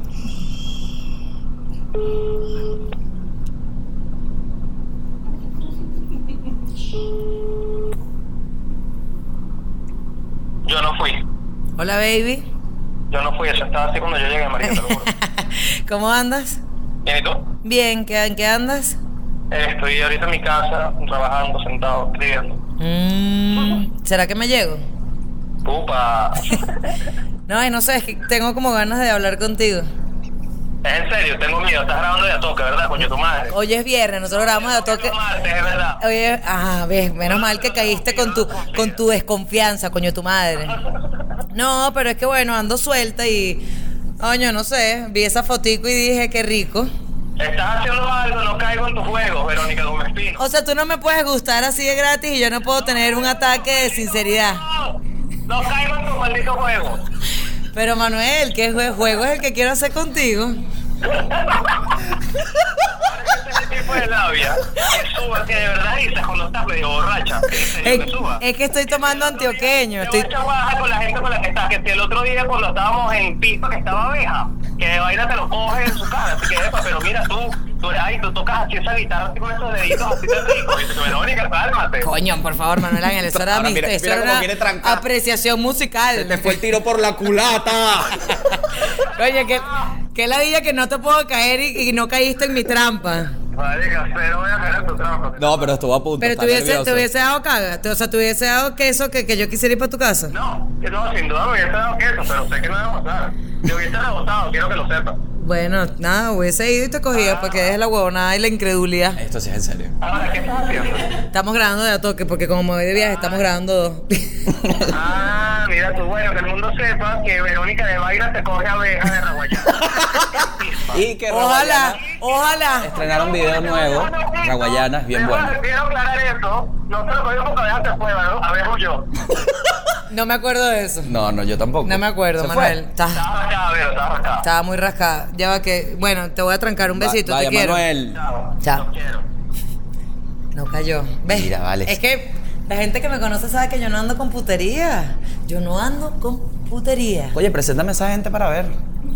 Yo no fui. Hola, baby. Yo no fui. Eso estaba así cuando yo llegué, marica, te lo juro. ¿Cómo andas? ¿Bien y tú? Bien, ¿qué- ¿en qué andas? Eh, estoy ahorita en mi casa, trabajando, sentado, escribiendo. Mm, ¿será que me llego? Pupa. No, y no sé, es que tengo como ganas de hablar contigo. Es en serio, tengo miedo. Estás grabando de a toque, ¿verdad, coño, tu madre? Hoy es viernes, nosotros grabamos de toque. Tu martes, es verdad. Oye, ah, ves, menos mal que caíste con tu, con tu desconfianza, coño, tu madre. No, pero es que bueno, ando suelta y, coño, no sé, vi esa fotico y dije, qué rico. Estás haciendo algo, no caigo en tus juegos, Verónica Gómez Pino. O sea, tú no me puedes gustar así de gratis y yo no puedo tener un ataque de sinceridad. No, no caigo en tus malditos juegos. Pero Manuel, ¿qué jue- juego es el que quiero hacer contigo? Ese es el tipo de labia que suba, que de verdad dices cuando estás medio borracha. En serio, Es, que suba. es que estoy tomando antioqueño. Te Estoy... voy a echar baja con la gente con la que estás. Que si el otro día cuando estábamos en Pipa, que estaba abeja, que de vaina te lo coges en su cara. Así que, epa, pero mira tú, tú, ay, tú tocas así esa guitarra así con esos deditos así de rico. Y dices, Verónica, cálmate. Coño, por favor, Manuel Ángel, eso era, Ahora mi- mira- eso mira era cómo quiere trancar. apreciación musical. Se te fue el tiro por la culata. Oye, que, que ladilla que no te puedo caer y, y no caíste en mi trampa. Marica, pero voy a caer en tu trampa. No, pero estuvo a punto. Pero está te hubiese, nervioso. te hubiese dado caga. Te- o sea, te hubiese dado queso que, que yo quisiera ir para tu casa. No, que no, sin duda me hubiese dado queso, pero sé que no iba a pasar. Te hubiese rebotado, quiero que lo sepas. Bueno, nada, hubiese ido y te cogía para que dejes la huevonada y la incredulidad. Esto sí es en serio. Ahora, ¿qué estás haciendo? Estamos grabando de a toque porque como me voy de viaje estamos grabando dos. Ah, mira tú, bueno, que el mundo sepa que Verónica de Vaina se coge abejas de Raguayana. Y que Ojalá, Raguayana ojalá. estrenaron video nuevo. Raguayana es bien bueno. Quiero aclarar eso. No se lo cogió porque abejas se fue, ¿no? Abejo yo. No me acuerdo de eso. No, no, yo tampoco. No me acuerdo, ¿Se fue? Manuel. Estás- Estaba acá, Vero, estaba acá. Estaba muy rascada. Ya va que. Bueno, te voy a trancar un Va- besito, vaya, te quiero. Manuel. Chao. Chao. Los quiero. No cayó. ¿Ves? Mira, vale. Es que la gente que me conoce sabe que yo no ando con putería. Yo no ando con putería. Oye, preséntame a esa gente para ver.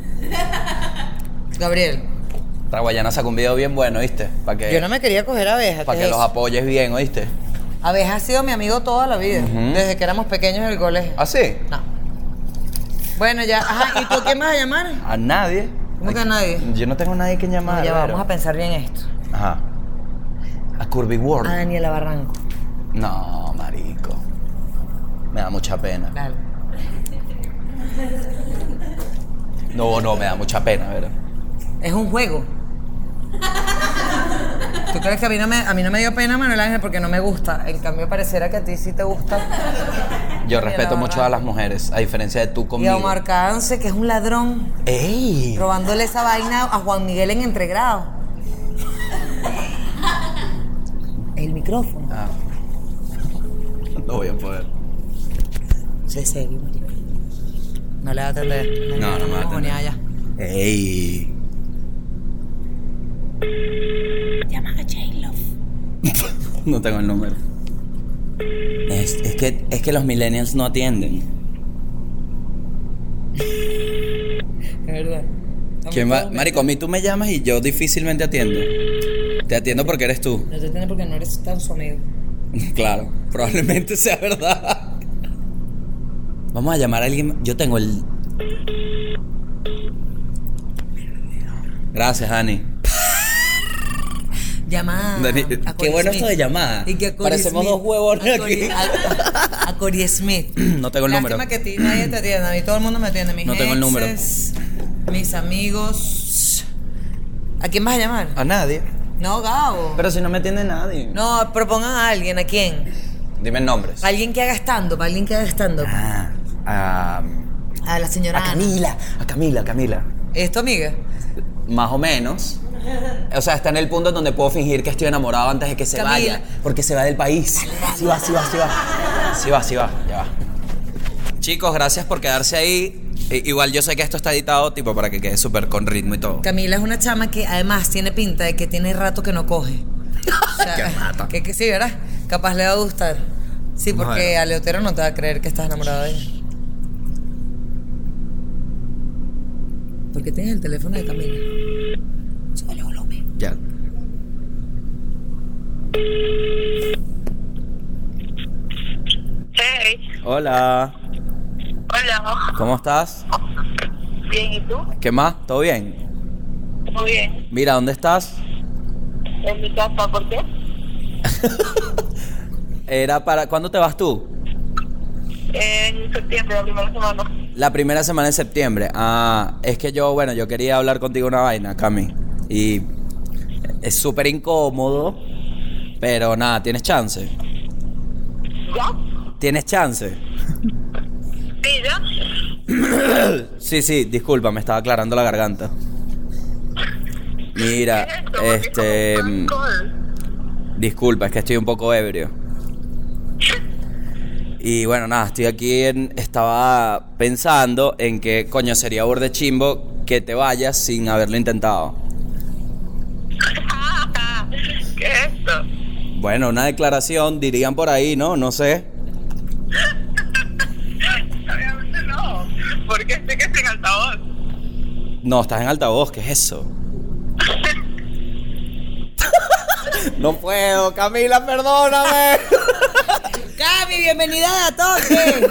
Gabriel, Raguayana sacó un video bien bueno, ¿viste? Para que, yo no me quería coger abejas. para ¿qué que es los eso? apoyes bien, ¿oíste? Abeja ha sido mi amigo toda la vida. Ujú. Desde que éramos pequeños en el colegio. ¿Ah, sí? No. Bueno, ya. Ajá, ¿y tú a quién vas a llamar? A nadie. ¿Cómo que a nadie? Yo no tengo nadie que llamar. No, ya Vero. vamos a pensar bien esto. Ajá. A Curvy World. A Daniela Barranco. No, marico. Me da mucha pena. Dale. No, no, me da mucha pena, ¿verdad? Es un juego. ¿Tú crees que a mí no me, a mí no me dio pena, Manuel Ángel, porque no me gusta? En cambio, pareciera que a ti sí te gusta. Yo Daniela respeto mucho Barranco. a las mujeres, a diferencia de tú Y conmigo. a Omar Cance, que es un ladrón, ¡Ey! robándole esa vaina a Juan Miguel en entregrado. El micrófono. Ah. No voy a poder. Se serio, marico. No le va a atender. No, no me va a atender. Allá. ¡Ey! Llama a J-Love. No tengo el número. Es, es, que, es que los millennials no atienden. Es verdad. ¿Quién va? Marico, a mí tú me llamas y yo difícilmente atiendo. Te atiendo porque eres tú. No te atiende porque no eres tan su amigo. Claro, probablemente sea verdad. Vamos a llamar a alguien. Yo tengo el. Gracias, Dani. Llama a, Dani, a qué Corey bueno Smith. esto de llamada. Y que a Corey Parecemos Smith- dos huevones a Corey- aquí. A, a Corey Smith. No tengo el número. Lástima que a ti nadie te atiende. A mí todo el mundo me atiende. Mis No tengo el número. exes, mis amigos. ¿A quién vas a llamar? A nadie. No, Gabo. Pero si no me atiende nadie. No, propongan a alguien. ¿A quién? Dime nombres. Alguien que haga stand-up. Alguien que haga stand-up. Ah, a, A la señora a Ana. Camila. A Camila, a Camila. ¿Es tu amiga? Más o menos. O sea, está en el punto donde puedo fingir que estoy enamorado antes de que se Camila. vaya. Porque se va del país. Sí va, sí va, sí va. Sí va, sí va, ya va. Chicos, gracias por quedarse ahí. I- igual yo sé que esto está editado tipo para que quede súper con ritmo y todo. Camila es una chama que además tiene pinta de que tiene rato que no coge. O sea, Qué rata. Que, que sí, ¿verdad? Capaz le va a gustar. Sí, Vamos a porque ver. a Leotero no te va a creer que estás enamorado de ella. ¿Por qué tienes el teléfono de Camila? Súbele volumen. Ya. Hey, Hola. hola. ¿Cómo estás? Bien, ¿y tú? ¿Qué más? ¿Todo bien? Muy bien. Mira, ¿dónde estás? En mi casa, ¿por qué? Era para... ¿Cuándo te vas tú? En septiembre, la primera semana. La primera semana de septiembre. Ah, es que yo, bueno, yo quería hablar contigo una vaina, Cami. Y es súper incómodo, pero nada, ¿tienes chance? ¿Ya? ¿Tienes chance? Sí, ¿ya? Sí, sí, disculpa, me estaba aclarando la garganta. Mira, este... mm, disculpa, es que estoy un poco ebrio. Y bueno, nada, estoy aquí en... Estaba pensando en que, coño, sería burde chimbo que te vayas sin haberlo intentado. ¿Qué es esto? Bueno, una declaración, dirían por ahí, ¿no? No sé. Obviamente no. Porque sé que es en altavoz. No, estás en altavoz, ¿qué es eso? No puedo, Camila, perdóname. Cami, bienvenida a Toque.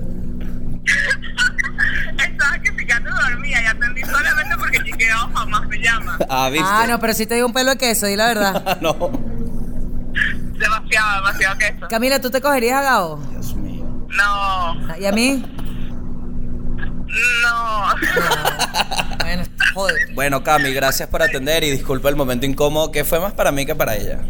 Estaba que se quedando dormida y atendí solamente porque Chiquero jamás me llama. Ah, ¿viste? Ah, no, pero sí te dio un pelo de queso, di la verdad. No. Demasiado, demasiado queso. Camila, ¿tú te cogerías a Gabo? Dios mío. No, ¿Y a mí? no. Bueno, joder. Bueno, Cami, gracias por atender y disculpa el momento incómodo que fue más para mí que para ella.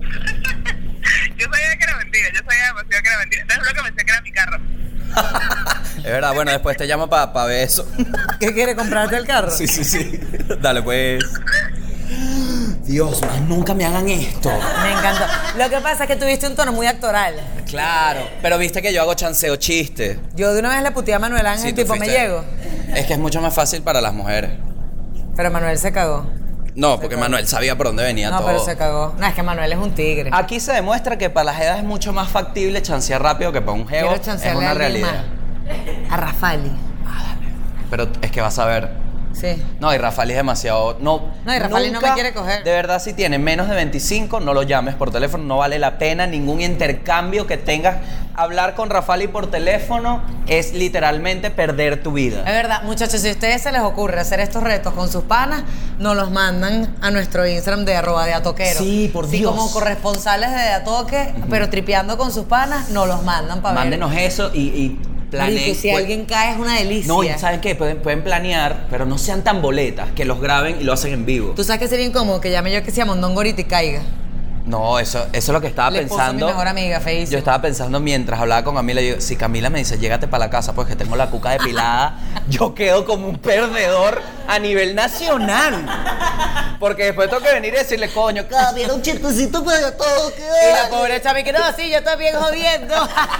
Yo sabía que era mentira, yo sabía demasiado que era mentira. Te juro que pensé que era mi carro. verdad, bueno, después te llamo para pa ver eso. ¿Qué quiere comprarte el carro? Sí, sí, sí. Dale, pues. Dios, más nunca me hagan esto. Me encantó. Lo que pasa es que tuviste un tono muy actoral. Claro, pero viste que yo hago chanceo chiste. Yo de una vez le puteé a Manuel Ángel, Sí, tú tipo, me fuiste- llego. Es que es mucho más fácil para las mujeres. Pero Manuel se cagó. No, porque Manuel sabía por dónde venía No, todo. pero se cagó. No, es que Manuel es un tigre. Aquí se demuestra que para las edades es mucho más factible chancear rápido que para un geo. Quiero Es chancearle una a alguien realidad. más. A Rafali. Pero es que vas a ver. Sí. No, y Rafael es demasiado. No, No, y Rafael no nunca- me quiere coger. De verdad, si tiene menos de veinticinco, no lo llames por teléfono. No vale la pena ningún intercambio que tengas. Hablar con Rafael por teléfono es literalmente perder tu vida. Es verdad, muchachos, si a ustedes se les ocurre hacer estos retos con sus panas, nos los mandan a nuestro Instagram de arroba de atoquero. Sí, por Sí, Dios. como corresponsales de Atoque, pero tripeando con sus panas, nos los mandan para ver. Mándenos eso y, y planeen. Marico, si pues- alguien cae es una delicia. No, y ¿saben qué? Pueden, pueden planear, pero no sean tan boletas, que los graben y lo hacen en vivo. Tú sabes que sería incómodo que llame yo que sea Mondongo ahorita y caiga. No, eso, eso es lo que estaba Le esposo a mi pensando. mejor amiga, feísimo. Yo estaba pensando mientras hablaba con Camila, yo, si Camila me dice, llégate para la casa, pues que tengo la cuca depilada, yo quedo como un perdedor a nivel nacional. Porque después tengo que venir y decirle, coño, Camila, un chistecito para todo. ¿Qué Y la hay?" pobre chava que no, sí, yo también jodiendo.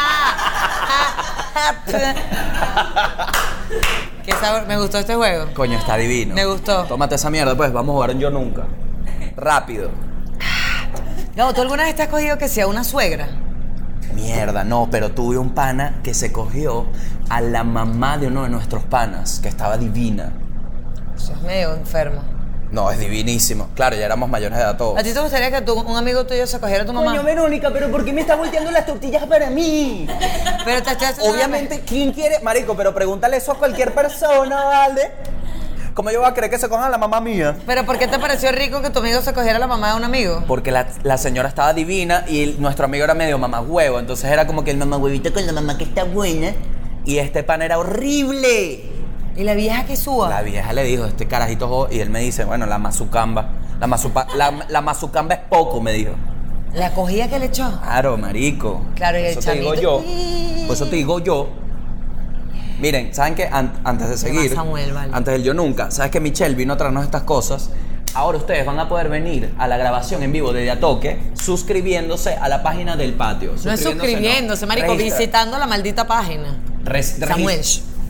Qué sabor, me gustó este juego. Coño, está divino. Me gustó. Tómate esa mierda, pues vamos a jugar un yo nunca. Rápido. Gabo, ¿tú alguna vez te has cogido que sea una suegra? Mierda, no, pero tuve un pana que se cogió a la mamá de uno de nuestros panas, que estaba divina. Eso es medio enfermo. No, es divinísimo. Claro, ya éramos mayores de edad todos. ¿A ti te gustaría que tu- un amigo tuyo se cogiera a tu mamá? Coño, Verónica, pero ¿por qué me estás volteando las tortillas para mí? Pero te estás haciendo Obviamente, ¿quién quiere? Marico, pero pregúntale eso a cualquier persona, ¿vale? ¿Cómo yo voy a creer que se cojan a la mamá mía? una- ¿Pero por qué te pareció rico que tu amigo se cogiera a la mamá de un amigo? Porque la, la señora estaba divina y el- nuestro amigo era medio mamagüevo. Entonces era como que el mamagüevito con la mamá que está buena. Y este pan era horrible. ¿Y la vieja que suba? La vieja le dijo, este carajito jo-", y él me dice, bueno, la mazucamba. La, mazupa, la, la mazucamba es poco, me dijo. ¿La cogía que le echó? Claro, marico. Claro, y el Eso te digo chamito- yo. Por eso te digo yo. Miren, ¿saben qué? An- antes de seguir, Samuel, vale. antes del yo nunca, ¿sabes que Michelle vino a traernos estas cosas? Ahora ustedes van a poder venir a la grabación en vivo de De A Toque suscribiéndose a la página del patio. No es suscribiéndose, no. marico, Registra- visitando la maldita página. res- regis- Samuel.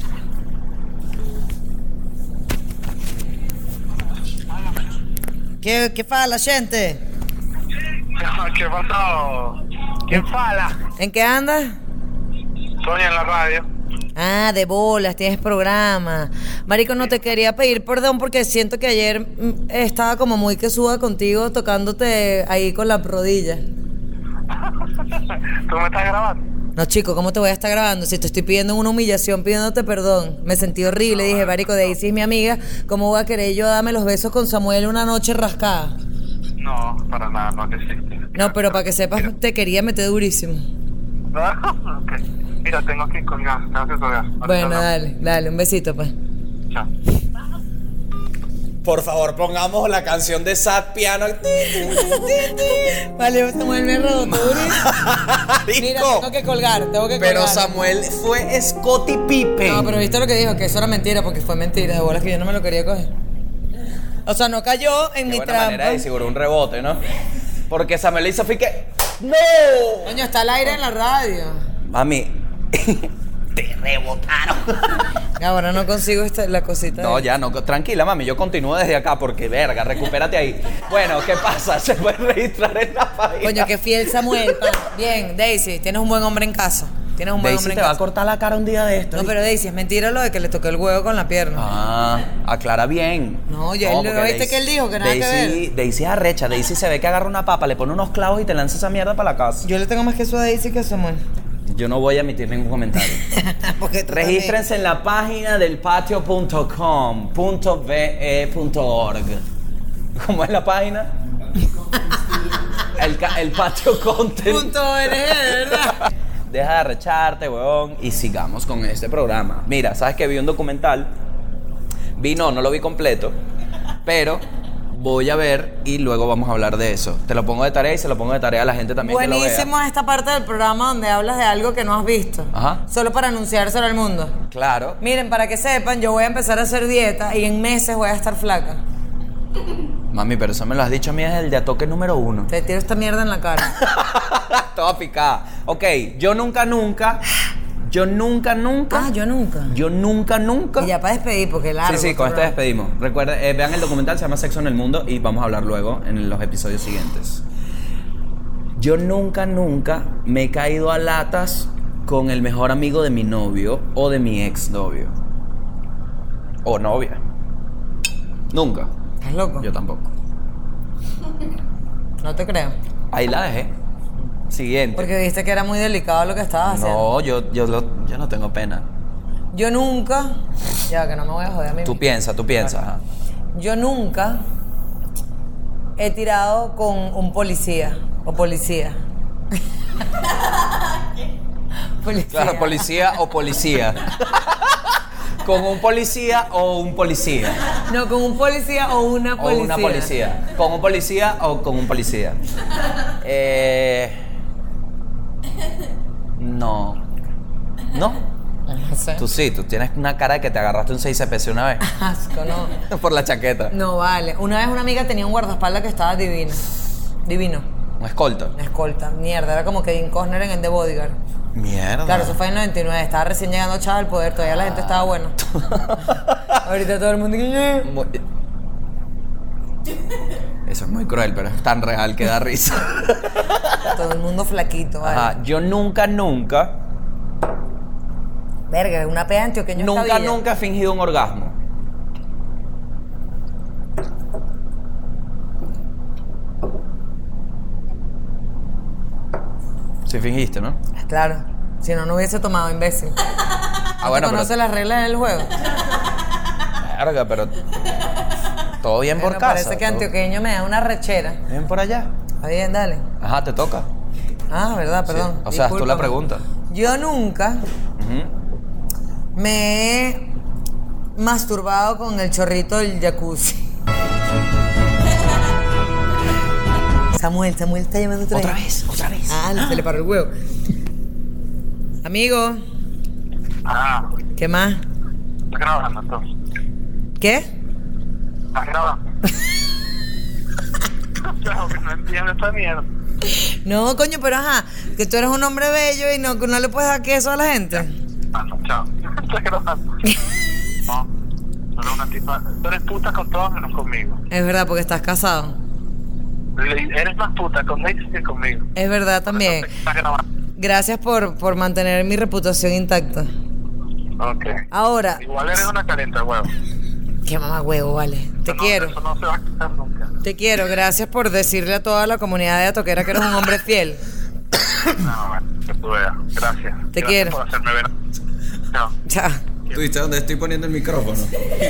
¿Qué, qué fala, gente? ¿Qué pasó? ¿Qué fala? ¿En qué andas? Soy en la radio. Ah, de bolas, tienes programa. Marico, no te quería pedir perdón porque siento que ayer mm, estaba como muy que suba contigo tocándote ahí con la rodilla. ¿Tú me estás grabando? No, chico, ¿cómo te voy a estar grabando? Si te estoy pidiendo una humillación, pidiéndote perdón. Me sentí horrible. Dije, marico, Daisy es mi amiga. ¿Cómo voy a querer yo darme los besos con Samuel una noche rascada? No, para nada, no te existe. No, pero para que sepas, te quería meter durísimo. Ok. Mira, tengo que colgar, tengo que colgar. Ahorita Bueno, hablamos. dale, dale, un besito, pues. Chao. Por favor, pongamos la canción de Sad Piano. Vale, Samuel me rebotó durísimo. Mira, Marico. tengo que colgar, tengo que colgar. Pero Samuel fue Scottie Pippen. No, pero viste lo que dijo, que eso era mentira, porque fue mentira. De bolas que yo no me lo quería coger. O sea, no cayó en Qué mi buena trampa. manera de seguro un rebote, ¿no? Porque Samuel le hizo fue que ¡no! Coño, está al aire en la radio. Mami, te rebotaron. Ahora no consigo esta, la cosita. No, de- ya, no, tranquila, mami, yo continúo desde acá porque, verga, recupérate ahí. Bueno, ¿qué pasa? Se puede registrar en la página. Coño, qué fiel Samuel. pan. Bien, Daisy, tienes un buen hombre en casa. Tienes un buen Daisy hombre te en va a casa. cortar la cara un día de esto. No, pero Daisy, es mentira lo de que le toqué el huevo con la pierna. Ah, aclara bien. No, ya él- porque ¿lo viste Daisy- que él dijo? Que nada que Daisy- Daisy es arrecha. Daisy se ve que agarra una papa, le pone unos clavos y te lanza esa mierda para la casa. Yo le tengo más queso a Daisy que a Samuel. Yo no voy a emitir ningún comentario. Porque tú Regístrense en la página del patio punto com punto ve punto org. ¿Cómo es la página? el, ca- el patio content. también. Punto O R G, ¿verdad? Deja de arrecharte, weón, y sigamos con este programa. Mira, ¿sabes que vi un documental? Vi, no, no lo vi completo, pero voy a ver y luego vamos a hablar de eso. Te lo pongo de tarea y se lo pongo de tarea a la gente también que lo Buenísimo vea. esta parte del programa donde hablas de algo que no has visto. Ajá. Solo para anunciárselo al mundo. Claro. Miren, para que sepan, yo voy a empezar a hacer dieta y en meses voy a estar flaca. Mami, pero eso me lo has dicho a mí desde el de toque número uno. Te tiro esta mierda en la cara. Toda picada. Ok, yo nunca, nunca, yo nunca, nunca, Ah, yo nunca. yo nunca, nunca. Y ya para despedir, porque largo. Sí, sí, con este programa. despedimos. Recuerden, eh, vean el documental, se llama Sexo en el Mundo y vamos a hablar luego en los episodios siguientes. Yo nunca, nunca me he caído a latas con el mejor amigo de mi novio o de mi ex novio. O novia. Nunca. ¿Estás loco? Yo tampoco. No te creo. Ahí la dejé. Siguiente. Porque viste que era muy delicado lo que estabas haciendo. No, yo, yo, lo- yo no tengo pena. Yo nunca. Ya, que no me voy a joder a mí. Tú piensas, tú piensas. ajá. Yo nunca he tirado con un policía o policía. Policía. Claro, policía o policía. Con un policía o un policía. No, con un policía o una O policía. una policía. Con un policía o con un policía. Eh, no. No. No sé. Tú sí, tú tienes una cara de que te agarraste un seis C P C una vez. Asco, no. Por la chaqueta. No vale. Una vez una amiga tenía un guardaespaldas que estaba divino. Divino. Un escolta. Una escolta. Mierda, era como Kevin Costner en el The Bodyguard. Mierda. Claro, eso fue en el noventa y nueve. Estaba recién llegando Chava al poder. Todavía la gente estaba buena. Ahorita todo el mundo que... Muy- Eso es muy cruel, pero es tan real que da risa. Todo el mundo flaquito, ¿vale? Ajá. Yo nunca, nunca, Verga, una pea antioqueño nunca, escabilla. nunca he fingido un orgasmo. Sí fingiste, ¿no? Claro. Si no, no hubiese tomado, imbécil. Ah, bueno, ¿Conoce pero... las reglas del juego? Verga, pero... Todo bien por Me casa. parece que todo antioqueño me da una rechera. bien por allá. Está bien, dale. Ajá, te toca. Ah, verdad, perdón. Sí. O sea, tú la Discúlpame. pregunta. Yo nunca Ujú. me he masturbado con el chorrito del jacuzzi. Samuel, Samuel está llamando otra, Otra vez, otra vez. Ah, se le paró el huevo. Amigo, Ah, ¿qué más? estás grabando entonces. ¿Qué? Estás grabando. No, no entiendo esta mierda. No, coño, pero ajá, que tú eres un hombre bello y no, no le puedes dar queso a la gente. Ah, no, chao. Estás grabando. No, tú eres una tipa. Tú eres puta con todos menos conmigo. Es verdad, porque estás casado. Le- Eres más puta con Daisy que conmigo. Es verdad también. Entonces, estás grabando. Gracias por, por mantener mi reputación intacta. Ok. Ahora, Igual eres una calienta, huevo. qué mamá huevo, vale. Te Eso no- quiero. Eso no se va a quitar nunca. Te quiero. Gracias por decirle a toda la comunidad de Atoquera que eres un hombre fiel. No, bueno, que tú veas. Gracias. Te Gracias quiero. por hacerme ver. Chao. Chao. ¿Tú viste dónde estoy poniendo el micrófono?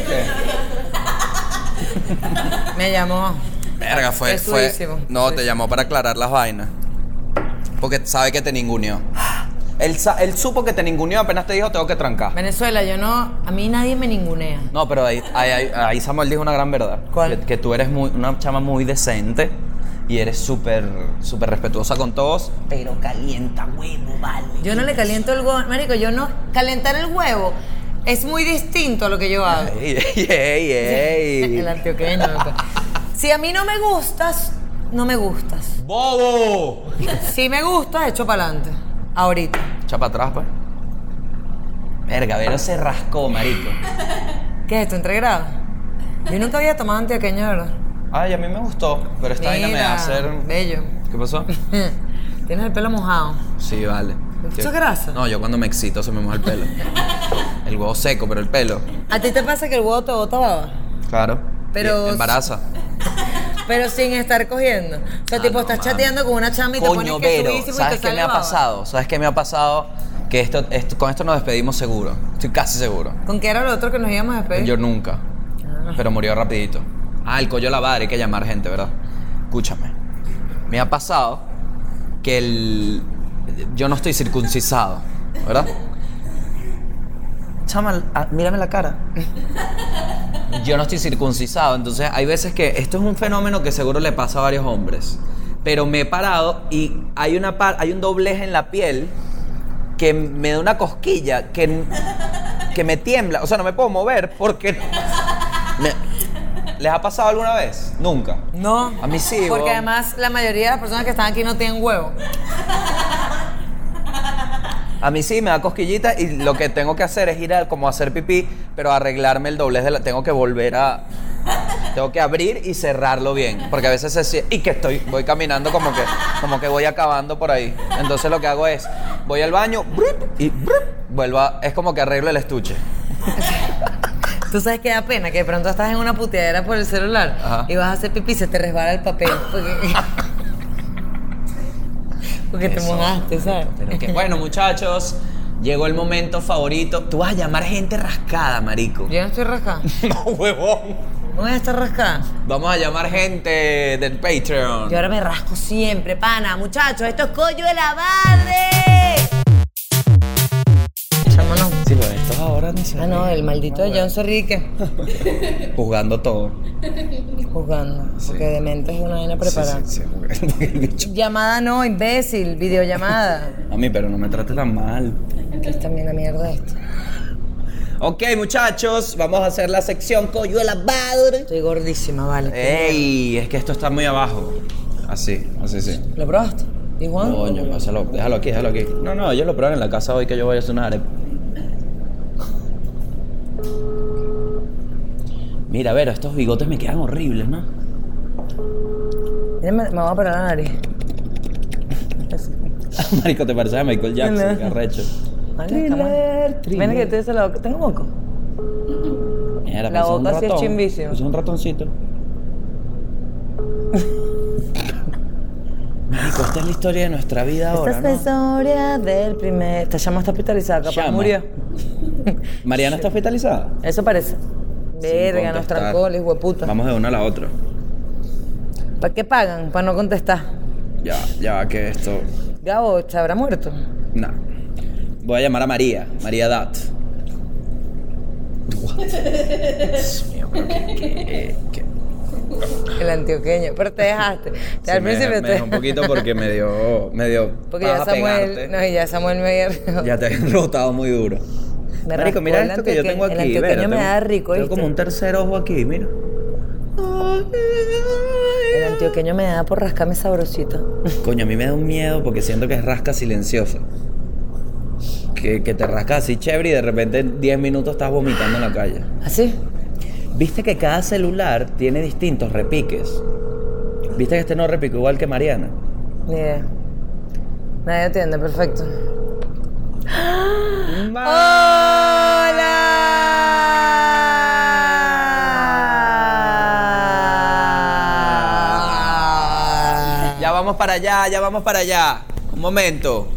Me llamó. Verga, fue, Es fue... durísimo. No, te llamó para aclarar las vainas. Porque sabe que te ninguneó. Él, sa- él supo que te ninguneó, apenas te dijo tengo que trancar. Venezuela, yo no. A mí nadie me ningunea. No, pero ahí, ahí, ahí- ahí Samuel dijo una gran verdad. ¿Cuál? Que, que tú eres muy, una chama muy decente y eres súper súper respetuosa con todos, pero calienta huevo, vale. Yo no le caliento el huevo. Marico, yo no. Calentar el huevo es muy distinto a lo que yo hago. Ey, ey, ey, ey. El antioqueño. loco. Si a mí no me gustas, no me gustas. ¡Bobo! Si me gustas, echo para adelante. Ahorita. Echa para atrás, pues. Verga, Vero se rascó, marico. ¿Qué es esto? ¿Entre grados? Yo nunca había tomado antioqueño, de verdad. Ay, a mí me gustó, pero esta vaina me va a hacer... Bello. ¿Qué pasó? Tienes el pelo mojado. Sí, vale. ¿Mucha grasa? No, yo cuando me excito se me moja el pelo. El huevo seco, pero el pelo. ¿A ti te pasa que el huevo te bota baba? Claro. Pero- Y embaraza. Pero sin estar cogiendo. O sea, Ah, tipo, no, estás mano. chateando con una chama y te Coño, pones que Vero, subísimo y ¿sabes te qué sale me ha baba. pasado? ¿Sabes qué me ha pasado? Que esto, esto, con esto nos despedimos seguro. Estoy casi seguro. ¿Con qué era lo otro que nos íbamos a despedir? Yo nunca. Ah. Pero murió rapidito. Ah, el collo lavar, hay que llamar gente, ¿verdad? Escúchame. Me ha pasado que el... Yo no estoy circuncisado, ¿verdad? Chama, ah, mírame la cara. yo no estoy circuncisado, entonces hay veces que esto es un fenómeno que seguro le pasa a varios hombres. Pero me he parado y hay una par, hay un doblez en la piel que me da una cosquilla que, que me tiembla, o sea, no me puedo mover porque me, ¿les ha pasado alguna vez? Nunca. No. A mí sí. Porque bo. además la mayoría de las personas que están aquí no tienen huevo. A mí sí me da cosquillita y lo que tengo que hacer es ir a como a hacer pipí, pero arreglarme el doblez de la, tengo que volver a tengo que abrir y cerrarlo bien, porque a veces se sie- y que estoy voy caminando como que como que voy acabando por ahí. Entonces lo que hago es voy al baño brup, y brup, vuelvo a, es como que arreglo el estuche. Tú sabes que da pena que de pronto estás en una puteadera por el celular. Ajá. Y vas a hacer pipí y se te resbala el papel porque, porque te Eso. mojaste, ¿sabes? Pero que, bueno, muchachos, llegó el momento favorito. Tú vas a llamar gente rascada, marico. Yo no estoy rascada. No, huevón. No voy a estar rascada. Vamos a llamar gente del Patreon. Yo ahora me rasco siempre, pana. Muchachos, esto es Coño de la Madre. Chámonos. Sí, pero estos ahora ni se Ah, no, el maldito de John Cerrique. juzgando todo. Jugando. Porque demente es una vaina preparada. Sí, sí, sí, jugando el bicho. Llamada no, imbécil. Videollamada. A mí, pero no me trates tan mal. Que es también la mierda esto. Ok, muchachos, vamos a hacer la sección Coño de la Madre. Estoy gordísima, vale. Ey, es que esto está muy abajo. Así, así, sí. ¿Lo probaste? ¿Y Juan? Coño, pásalo, déjalo aquí, déjalo aquí. No, no, ellos lo prueban en la casa hoy que yo voy a hacer una arepa. Mira, a ver, estos bigotes me quedan horribles, ¿no? Mira, me, me voy a parar la nariz. Marico, te pareces a Michael Jackson, No. qué arrecho. Vale, estamos... Ven que te dice la boca. ¿Tengo moco? Mira, La parece un boca sí es ratón, chimbísima. parece un ratoncito. Marico, esta es la historia de nuestra vida ahora, Esta es la ¿no? historia del primer... Esta llama está hospitalizada, capaz Llama. murió. ¿Mariana está hospitalizada? Eso parece. Verga, nos contestar. trancó el hijo de puta. Vamos de una a la otra. ¿Para qué pagan? Para no contestar. Ya, ya va que esto... Gabo, ¿se habrá muerto? No. Voy a llamar a María, María Dat. Dios mío, pero qué, qué, qué. El antioqueño. Pero te dejaste. Sí, Al me, principio me te dejó un poquito porque me dio, me dio Porque ya paja Samuel... pegarte. No, y ya Samuel me había... Ya te habían rotado muy duro. Me Marico, raspó mira el esto que yo tengo antioqueño- aquí. El antioqueño Vera, me tengo- da rico, tengo ¿viste? como un tercer ojo aquí, mira. El antioqueño me da por rascarme sabrosito. Coño, a mí me da un miedo porque siento que es rasca silenciosa. Que, que te rascas así chévere y de repente en diez minutos estás vomitando en la calle. ¿Así? ¿Viste que cada celular tiene distintos repiques? ¿Viste que este no repicó igual que Mariana? Ni idea. Nadie entiende, perfecto. ¡Hola! Ya vamos para allá, ya vamos para allá. Un momento.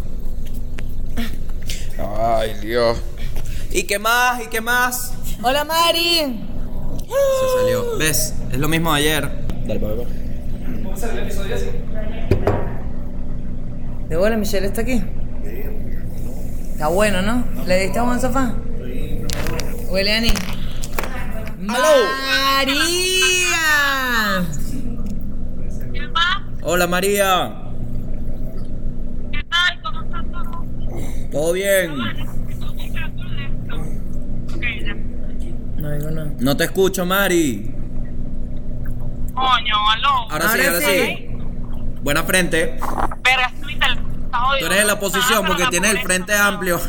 Ay, Dios. ¿Y qué más? ¿Y qué más? ¡Hola, Mari! Se salió. ¿Ves? Es lo mismo de ayer. Dale, papá. De bola, Michelle está aquí. Está bueno, ¿no? ¿Le diste a buen sofá? Huele a ni. ¡María! ¿Qué más? Hola, María. ¿Qué tal? ¿Cómo estás todo? ¿Todo bien? Ok, ya. No digo nada. No te escucho, Mari. Coño, aló. Ahora, sí, Ahora ahora sí. sí. Buena frente. Verga, estoy tal- está jodido. Tú eres en la posición Ah, porque pero tienes el la frente pobreza. amplio.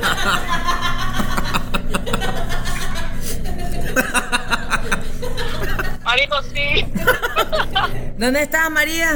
Marico, sí. ¿Dónde estás, María?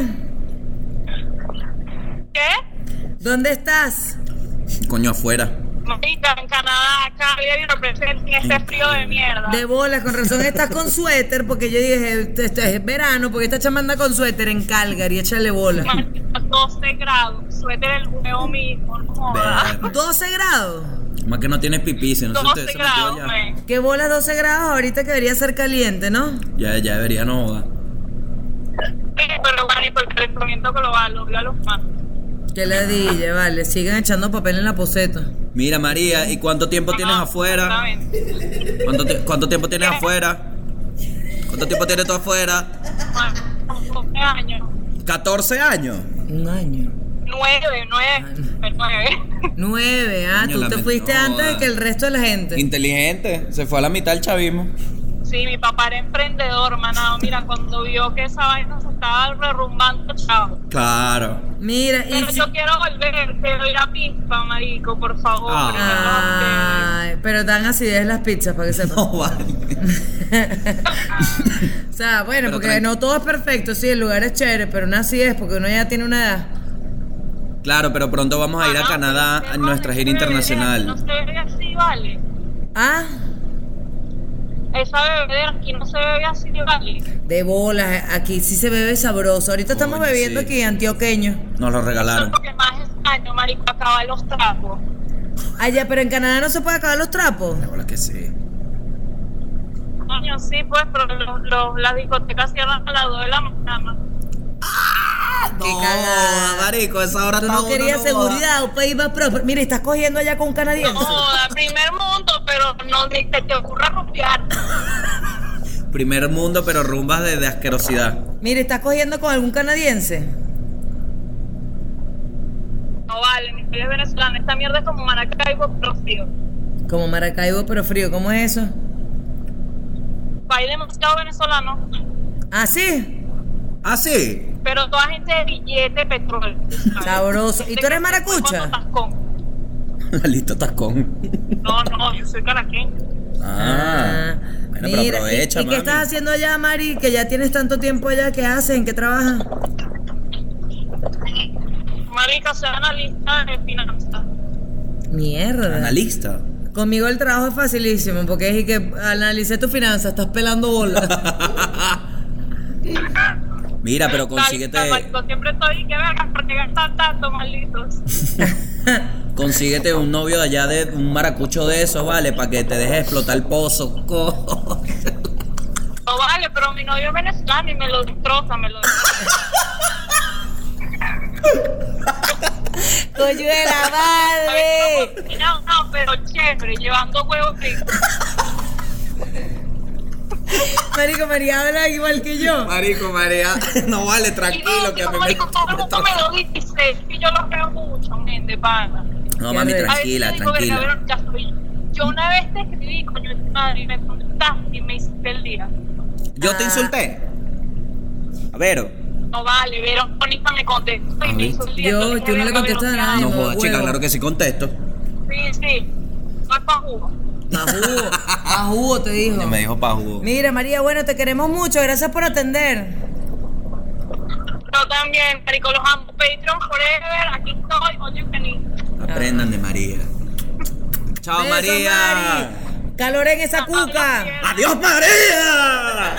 ¿Qué? ¿Dónde estás? Coño, afuera. Marica, en Canadá, acá, y representa en este frío de mierda. De bola, con razón estás con suéter, porque yo dije, este, este es verano, porque esta chama anda con suéter en Calgary, échale bola. Marica, doce grados, suéter el huevo mismo, no jodas. Ver. doce grados. Más que no tienes pipí, si no se te doce se metió grados, ya. güey. ¿Qué bolas doce grados ahorita que debería ser caliente, no? Ya, ya debería no joda. Sí, pero marico, el calentamiento global, odio a los más. Que la dije, vale, sigan echando papel en la poseta. Mira, María, ¿y cuánto tiempo tienes Ah, afuera? exactamente. ¿Cuánto, ti- cuánto tiempo tienes ¿Qué? afuera? ¿Cuánto tiempo tienes tú afuera? doce años. ¿catorce años? Un año. Nueve, nueve, nueve. Nueve, ah, Coño, tú la te me- fuiste no, antes de ah. que el resto de la gente. Inteligente. Se fue a la mitad del chavismo. Sí, mi papá era emprendedor, manado. Mira, cuando vio que esa vaina se estaba derrumbando, chao. Claro. Mira, y Pero si- yo quiero volver, quiero ir a Pispa, marico, por favor. Ah. Ay, pero dan acidez las pizzas para que sepan. No vale. O sea, bueno, Pero porque tranqui- no todo es perfecto, sí, el lugar es chévere, pero una acidez porque uno ya tiene una edad. Claro, pero pronto vamos a ir a Ajá, Canadá pero en nuestra gira internacional. No se ve así, vale. Ah, Esa bebedera aquí no se bebe así, vale. de bolas, aquí sí se bebe sabroso. Ahorita estamos Coño, bebiendo sí. aquí antioqueño. Nos lo Eso es regalaron. lo que más extraño, marico, acabar los trapos. Allá, pero en Canadá no se puede acabar los trapos. Hola que sí. Coño, sí, pues, pero los, los, las discotecas cierran a las dos de la mañana. Qué No, cagada. marico, esa hora Tú está no querías uno, no joda. seguridad, un país más próspero. Mira, estás cogiendo allá con un canadiense. No, primer mundo, pero no ni te, te ocurra rumbear. Primer mundo, pero rumbas de, de asquerosidad. Mira, estás cogiendo con algún canadiense. No vale, mi soy venezolana. Esta mierda es como Maracaibo, pero frío. Como Maracaibo, pero frío. ¿Cómo es eso? País demasiado venezolano, Ah, sí. ¿Ah, sí? pero toda gente de billete, petróleo. ¿sabes? Sabroso. ¿Y Gente tú eres que se fue maracucha? cuando tascón. Listo, tacón. No, no, yo soy caraqueño. Ah. Bueno, pero Mira, aprovecha, ¿y, y qué mami. estás haciendo allá, Mari? Que ya tienes tanto tiempo allá. ¿Qué haces? ¿En qué trabajas? Marica, soy analista de finanzas. Mierda. Analista. Conmigo el trabajo es facilísimo porque es y que analicé tu finanzas, estás pelando bolas. Mira, pero consíguete, Tal, marico, siempre estoy que verga porque gastan tanto, malditos. consíguete un novio de allá de un maracucho de esos, ¿vale? Para que te deje explotar el pozo. co- No vale, pero mi novio es venezolano y me lo destroza, me lo destroza. ¡Coño de la madre! No, no, pero chévere, llevando huevos ricos. Marico, María habla igual que yo. Marico, María, no vale, Y no, tranquilo, que a tipo, mí me... marico, todo el mundo me lo dice, y yo lo creo mucho, men, de pana. No, mami, A veces tranquila, A veces digo, tranquila. verga, verga, ya soy- Yo una vez te escribí, coño de tu madre, y me contestaste y me hiciste el día. Yo te Ah. insulté. A ver, No vale, Verónica me contestó y me hizo el día. Yo- Entonces, tú no le verga, contestas a Verónica, nadie, no no, jodas, chica, huevo. claro que sí contesto. Sí, sí, no es pa' jugo. Pa' jugo, pa' jugo te dijo. Me dijo pa' jugo. Mira, María, bueno, te queremos mucho. Gracias por atender. Yo también, marico, los amo. Patreon forever, aquí estoy, oye, vení. Aprendan de María. Chao, Beso, María. Mari. Calor en esa cuca. ¡Adiós, María!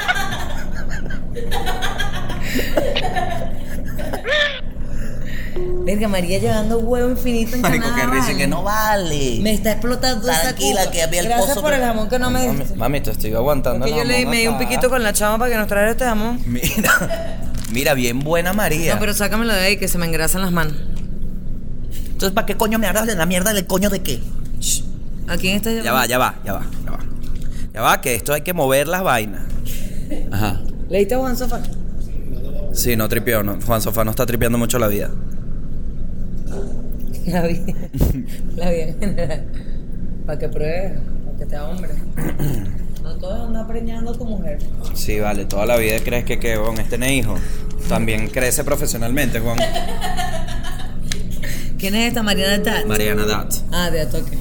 Verga, María llevando huevo infinito en Marico, Canadá, que risa vale. que no vale. Me está explotando esa Tranquila, cuca. que había el Gracias pozo, por el pero- jamón que no me Mami, diste. mami, te estoy aguantando. Porque el yo le jamón me di un acá. piquito con la chama para que nos trajera este jamón. Mira, mira, bien buena María. No, pero sácamelo de ahí que se me engrasan las manos. Entonces, ¿para qué coño me hablas de la mierda del coño de qué? ¿A quién está Ya va, ya va, ya va, ya va. Ya va, que esto hay que mover las vainas. Ajá. ¿Leíste a Juan Sofá? Sí, no tripeó, no. Juan Sofá no está tripeando mucho la vida. La vida. La vida en general. Para que pruebes, para que te hombre. No todo es andar preñando a tu mujer. Sí, vale, toda la vida crees que, que Juan, este tiene hijo. También crece profesionalmente, Juan. ¿Quién es esta Mariana Tat? Mariana Dat. Ah, de Atoque.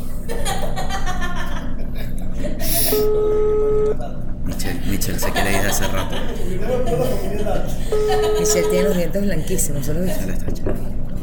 Michelle, Michelle se quiere ir de hace rato. Michelle tiene los dientes blanquísimos, ¿solo viste? Se le está echando.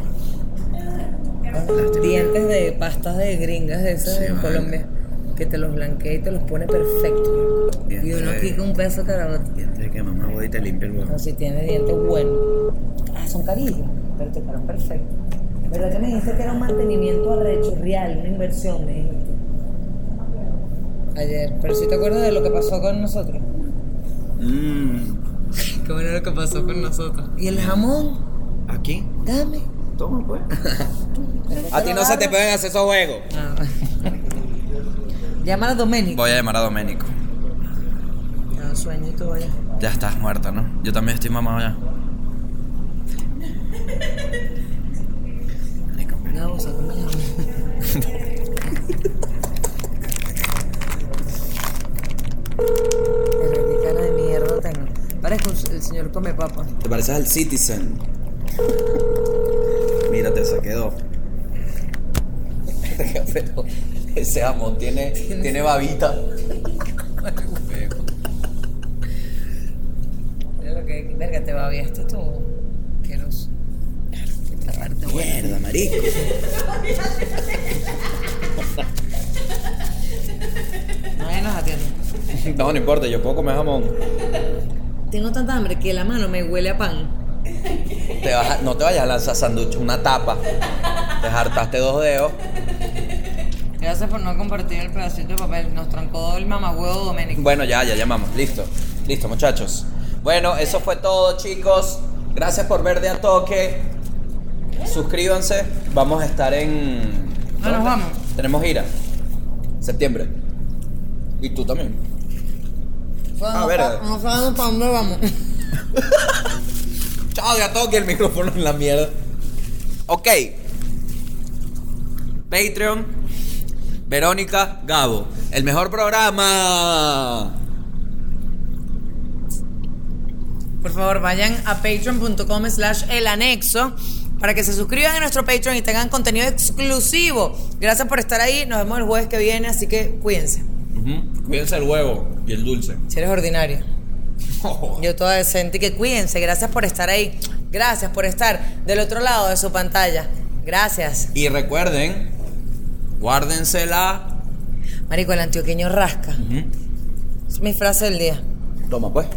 Dientes de pastas de gringas de esas Sí, de vale. Colombia. Que te los blanquea y te los pone perfectos. Y Dientes uno de- aquí con un pedazo de carabote. Dientes de que mamá voy y te limpia el huevo. No, si tienes dientes buenos. Ah, son carillas, pero te quedaron perfectos. ¿Verdad que me dijiste que era un mantenimiento arrecho, real, una inversión, me dijiste? Ayer, pero si te acuerdas de lo que pasó con nosotros. Mmm. Qué bueno lo que pasó con nosotros. ¿Y el jamón? ¿Aquí? Dame. Toma, pues. A ti no se te pueden hacer esos juegos. Ah. Llámala a Doménico. Voy a llamar a Doménico. Ah, da sueño y todo ya. Ya estás muerta, ¿no? Yo también estoy mamado ya. Gabo, sácame la Pero qué cara de mierda tengo. Parezco el señor come papa. Te pareces al Citizen. Mírate, se quedó. Pero ese jamón tiene, tiene babita. Mira lo que, verga, te babiaste tú. Qué los. Mierda, marico. No hay nos atiende. No, no importa, yo puedo comer jamón. Tengo tanta hambre que la mano me huele a pan. Te vas a- no te vayas a lanzar sándwich, una tapa. Te hartaste dos dedos. Gracias por no compartir el pedacito de papel. Nos trancó el mamagüevo Doménico. Bueno, ya, ya llamamos. Listo. Listo, muchachos. Bueno, eso fue todo, chicos. Gracias por ver De A Toque. Suscríbanse. Vamos a estar en... Ah, nos vamos. Tenemos gira. Septiembre. Y tú también. A ver. No sabemos para dónde vamos. Chao, De A Toque, el micrófono en la mierda. Ok. Patreon. Verónica Gabo. El mejor programa. Por favor, vayan a patreon.com slash el anexo para que se suscriban a nuestro Patreon y tengan contenido exclusivo. Gracias por estar ahí. Nos vemos el jueves que viene, así que cuídense. Uh-huh. Cuídense el huevo y el dulce. Si eres ordinario. Yo toda decente. Que cuídense. Gracias por estar ahí. Gracias por estar del otro lado de su pantalla. Gracias. Y recuerden, guárdensela. Marico, el antioqueño rasca. Uh-huh. Es mi frase del día. Toma, pues.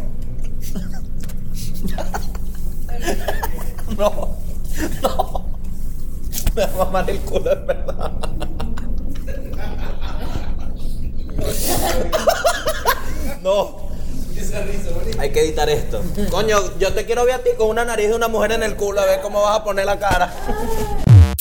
No, no. Me va a mamar el culo, es verdad. No. Hay que editar esto. Coño, yo te quiero ver a ti con una nariz de una mujer en el culo, a ver cómo vas a poner la cara.